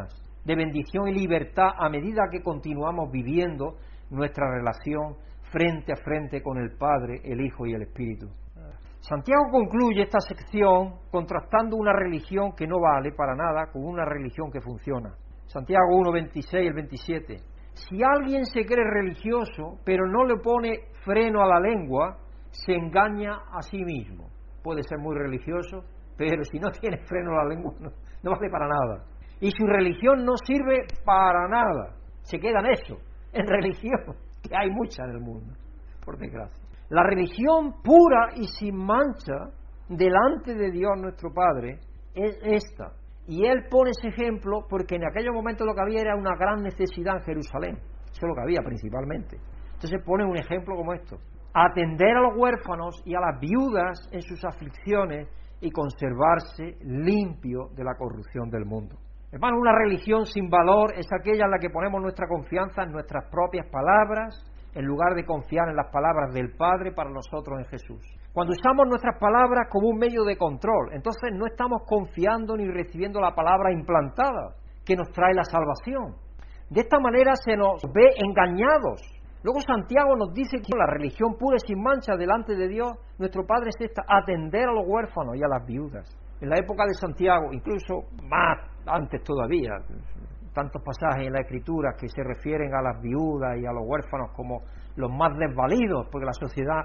de bendición y libertad a medida que continuamos viviendo nuestra relación frente a frente con el Padre, el Hijo y el Espíritu. Santiago concluye esta sección contrastando una religión que no vale para nada con una religión que funciona. Santiago 1, 26 y 27. Si alguien se cree religioso, pero no le pone freno a la lengua, se engaña a sí mismo. Puede ser muy religioso, pero si no tiene freno a la lengua, no vale para nada. Y su religión no sirve para nada. Se queda en eso, en religión, que hay mucha en el mundo, por desgracia. La religión pura y sin mancha delante de Dios nuestro Padre es esta. Y él pone ese ejemplo porque en aquellos momentos lo que había era una gran necesidad en Jerusalén. Eso es lo que había principalmente. Entonces pone un ejemplo como esto: atender a los huérfanos y a las viudas en sus aflicciones y conservarse limpio de la corrupción del mundo. Hermano, una religión sin valor es aquella en la que ponemos nuestra confianza en nuestras propias palabras, en lugar de confiar en las palabras del Padre para nosotros en Jesús. Cuando usamos nuestras palabras como un medio de control, entonces no estamos confiando ni recibiendo la palabra implantada que nos trae la salvación. De esta manera se nos ve engañados. Luego Santiago nos dice que la religión pura y sin mancha delante de Dios, nuestro Padre, es esta: atender a los huérfanos y a las viudas. En la época de Santiago, incluso más antes todavía, tantos pasajes en la Escritura que se refieren a las viudas y a los huérfanos como los más desvalidos, porque la sociedad,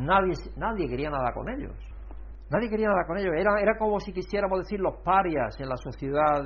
nadie quería nada con ellos. Nadie quería nada con ellos. Era como si quisiéramos decir los parias en la sociedad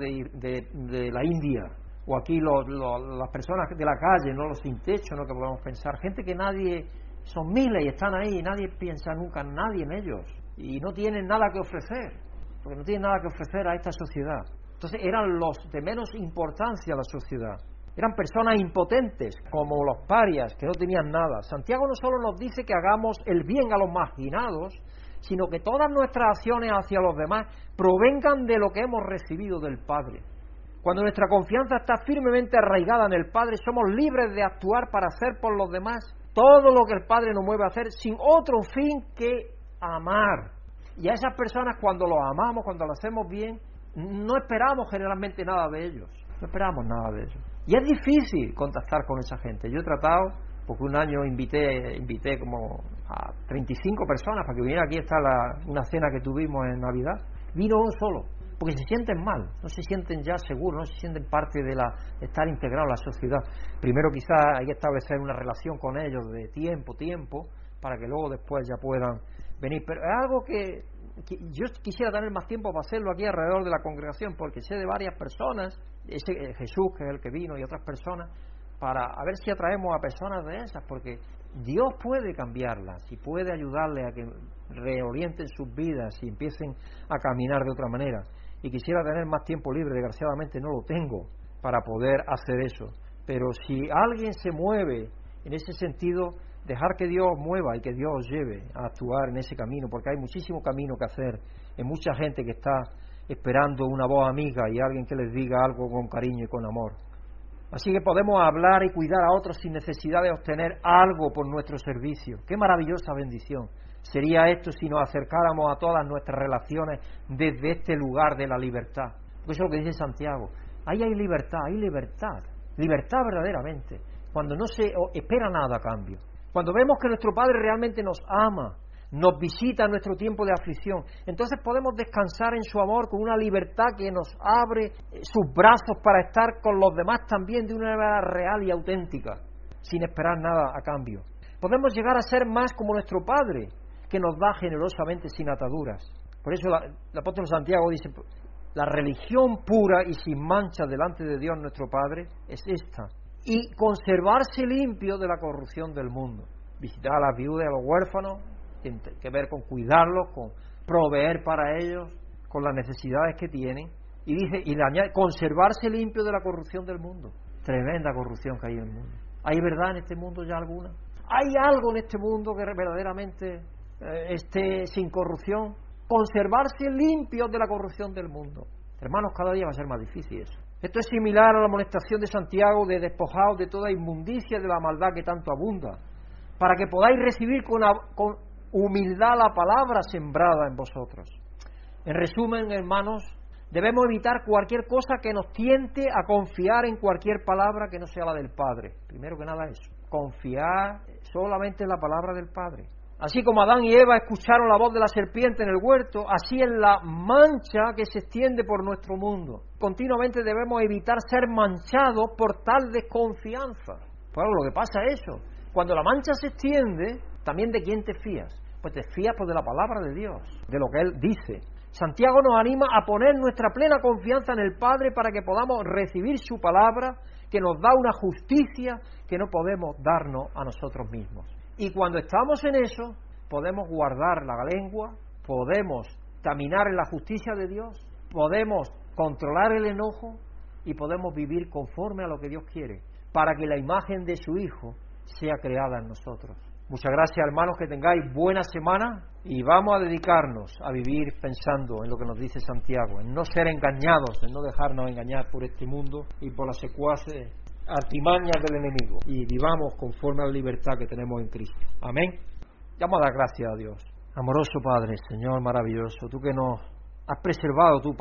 de la India, o aquí las personas de la calle, no los sin techo, no que podemos pensar. Gente que nadie, son miles y están ahí y nadie piensa nunca en nadie en ellos. Y no tienen nada que ofrecer, porque no tienen nada que ofrecer a esta sociedad. Entonces eran los de menos importancia a la sociedad. Eran personas impotentes, como los parias, que no tenían nada. Santiago no solo nos dice que hagamos el bien a los marginados, sino que todas nuestras acciones hacia los demás provengan de lo que hemos recibido del Padre. Cuando nuestra confianza está firmemente arraigada en el Padre, somos libres de actuar para hacer por los demás todo lo que el Padre nos mueve a hacer, sin otro fin que amar. Y a esas personas, cuando los amamos, cuando lo hacemos bien, no esperamos generalmente nada de ellos. No esperamos nada de ellos. Y es difícil contactar con esa gente. Yo he tratado, porque un año invité como a 35 personas para que vinieran aquí. Está una cena que tuvimos en Navidad. Vino uno solo, porque se sienten mal, no se sienten ya seguros, no se sienten parte de estar integrados a la sociedad. Primero quizás hay que establecer una relación con ellos de tiempo, para que luego después ya puedan venir. Pero es algo que yo quisiera tener más tiempo para hacerlo aquí alrededor de la congregación, porque sé de varias personas, Jesús, que es el que vino, y otras personas, para a ver si atraemos a personas de esas, porque Dios puede cambiarlas y puede ayudarles a que reorienten sus vidas y empiecen a caminar de otra manera. Y quisiera tener más tiempo libre, desgraciadamente no lo tengo para poder hacer eso. Pero si alguien se mueve en ese sentido, dejar que Dios mueva y que Dios os lleve a actuar en ese camino, porque hay muchísimo camino que hacer. Hay mucha gente que está esperando una voz amiga y alguien que les diga algo con cariño y con amor. Así que podemos hablar y cuidar a otros sin necesidad de obtener algo por nuestro servicio. ¡Qué maravillosa bendición sería esto si nos acercáramos a todas nuestras relaciones desde este lugar de la libertad! Porque eso es lo que dice Santiago. Ahí hay libertad verdaderamente, cuando no se espera nada a cambio. Cuando vemos que nuestro Padre realmente nos ama, nos visita en nuestro tiempo de aflicción, entonces podemos descansar en su amor con una libertad que nos abre sus brazos para estar con los demás también de una manera real y auténtica, sin esperar nada a cambio. Podemos llegar a ser más como nuestro Padre, que nos da generosamente sin ataduras. Por eso el apóstol Santiago dice: la religión pura y sin mancha delante de Dios nuestro Padre es esta: y conservarse limpio de la corrupción del mundo. Visitar a las viudas y a los huérfanos, tiene que ver con cuidarlos, con proveer para ellos, con las necesidades que tienen. Y dice, y le añade, conservarse limpio de la corrupción del mundo. Tremenda corrupción que hay en el mundo. ¿Hay verdad en este mundo ya alguna? ¿Hay algo en este mundo que verdaderamente esté sin corrupción? Conservarse limpio de la corrupción del mundo. Hermanos, cada día va a ser más difícil eso. Esto es similar a la amonestación de Santiago de despojaos de toda inmundicia y de la maldad que tanto abunda, para que podáis recibir con humildad la palabra sembrada en vosotros. En resumen, hermanos, Debemos evitar cualquier cosa que nos tiente a confiar en cualquier palabra que no sea la del Padre. Primero que nada eso, confiar solamente en la palabra del Padre. Así como Adán y Eva escucharon la voz de la serpiente en el huerto, así es la mancha que se extiende por nuestro mundo. Continuamente debemos evitar ser manchados por tal desconfianza. Bueno, lo que pasa es eso. Cuando la mancha se extiende, también ¿de quién te fías? Pues te fías pues de la palabra de Dios, de lo que Él dice. Santiago nos anima a poner nuestra plena confianza en el Padre para que podamos recibir su palabra, que nos da una justicia que no podemos darnos a nosotros mismos. Y cuando estamos en eso, podemos guardar la lengua, podemos caminar en la justicia de Dios, podemos controlar el enojo y podemos vivir conforme a lo que Dios quiere, para que la imagen de su Hijo sea creada en nosotros. Muchas gracias, hermanos, que tengáis buena semana y vamos a dedicarnos a vivir pensando en lo que nos dice Santiago, en no ser engañados, en no dejarnos engañar por este mundo y por las secuaces artimañas del enemigo, y vivamos conforme a la libertad que tenemos en Cristo. Amén. Vamos a dar gracias a Dios. Amoroso Padre, Señor maravilloso, tú que nos has preservado tu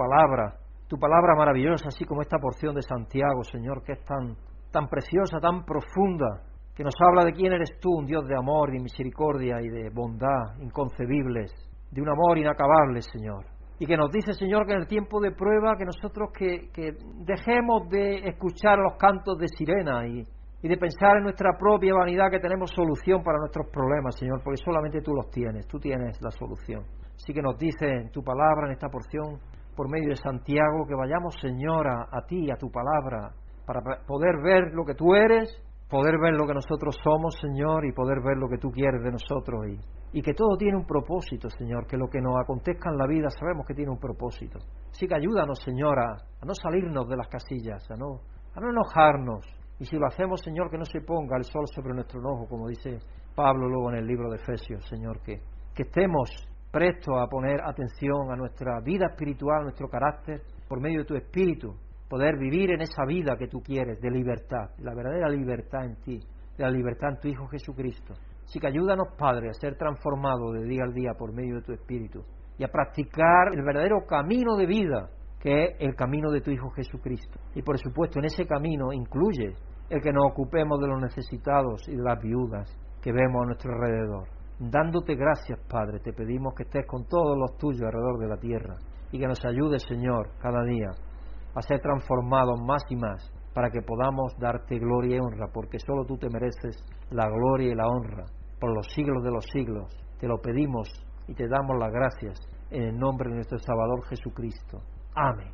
palabra maravillosa, así como esta porción de Santiago, Señor, que es tan preciosa, tan profunda, que nos habla de quién eres tú, un Dios de amor, de misericordia y de bondad inconcebibles, de un amor inacabable, Señor. Y que nos dice, Señor, que en el tiempo de prueba, que nosotros que dejemos de escuchar los cantos de sirena y de pensar en nuestra propia vanidad, que tenemos solución para nuestros problemas, Señor, porque solamente tú los tienes, tú tienes la solución. Así que nos dice en tu palabra, en esta porción, por medio de Santiago, que vayamos, Señor, a ti, a tu palabra, para poder ver lo que tú eres, poder ver lo que nosotros somos, Señor, y poder ver lo que tú quieres de nosotros, y que todo tiene un propósito, Señor, que lo que nos acontezca en la vida sabemos que tiene un propósito. Así que ayúdanos, Señor, a no salirnos de las casillas, a no enojarnos, y si lo hacemos, Señor, que no se ponga el sol sobre nuestro enojo, como dice Pablo luego en el libro de Efesios, Señor, que estemos prestos a poner atención a nuestra vida espiritual, a nuestro carácter, por medio de tu Espíritu, poder vivir en esa vida que tú quieres, de libertad, la verdadera libertad en ti, de la libertad en tu Hijo Jesucristo. Así que ayúdanos, Padre, a ser transformados de día al día por medio de tu Espíritu y a practicar el verdadero camino de vida, que es el camino de tu Hijo Jesucristo. Y por supuesto, en ese camino incluye el que nos ocupemos de los necesitados y de las viudas que vemos a nuestro alrededor. Dándote gracias, Padre, te pedimos que estés con todos los tuyos alrededor de la tierra y que nos ayudes, Señor, cada día a ser transformados más y más, para que podamos darte gloria y honra, porque solo tú te mereces la gloria y la honra por los siglos de los siglos. Te lo pedimos y te damos las gracias en el nombre de nuestro Salvador Jesucristo. Amén.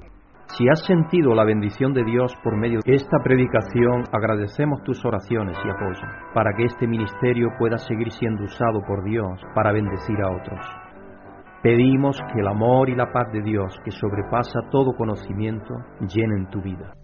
Si has sentido la bendición de Dios por medio de esta predicación, agradecemos tus oraciones y apoyo, para que este ministerio pueda seguir siendo usado por Dios para bendecir a otros. Pedimos que el amor y la paz de Dios, que sobrepasa todo conocimiento, llenen tu vida.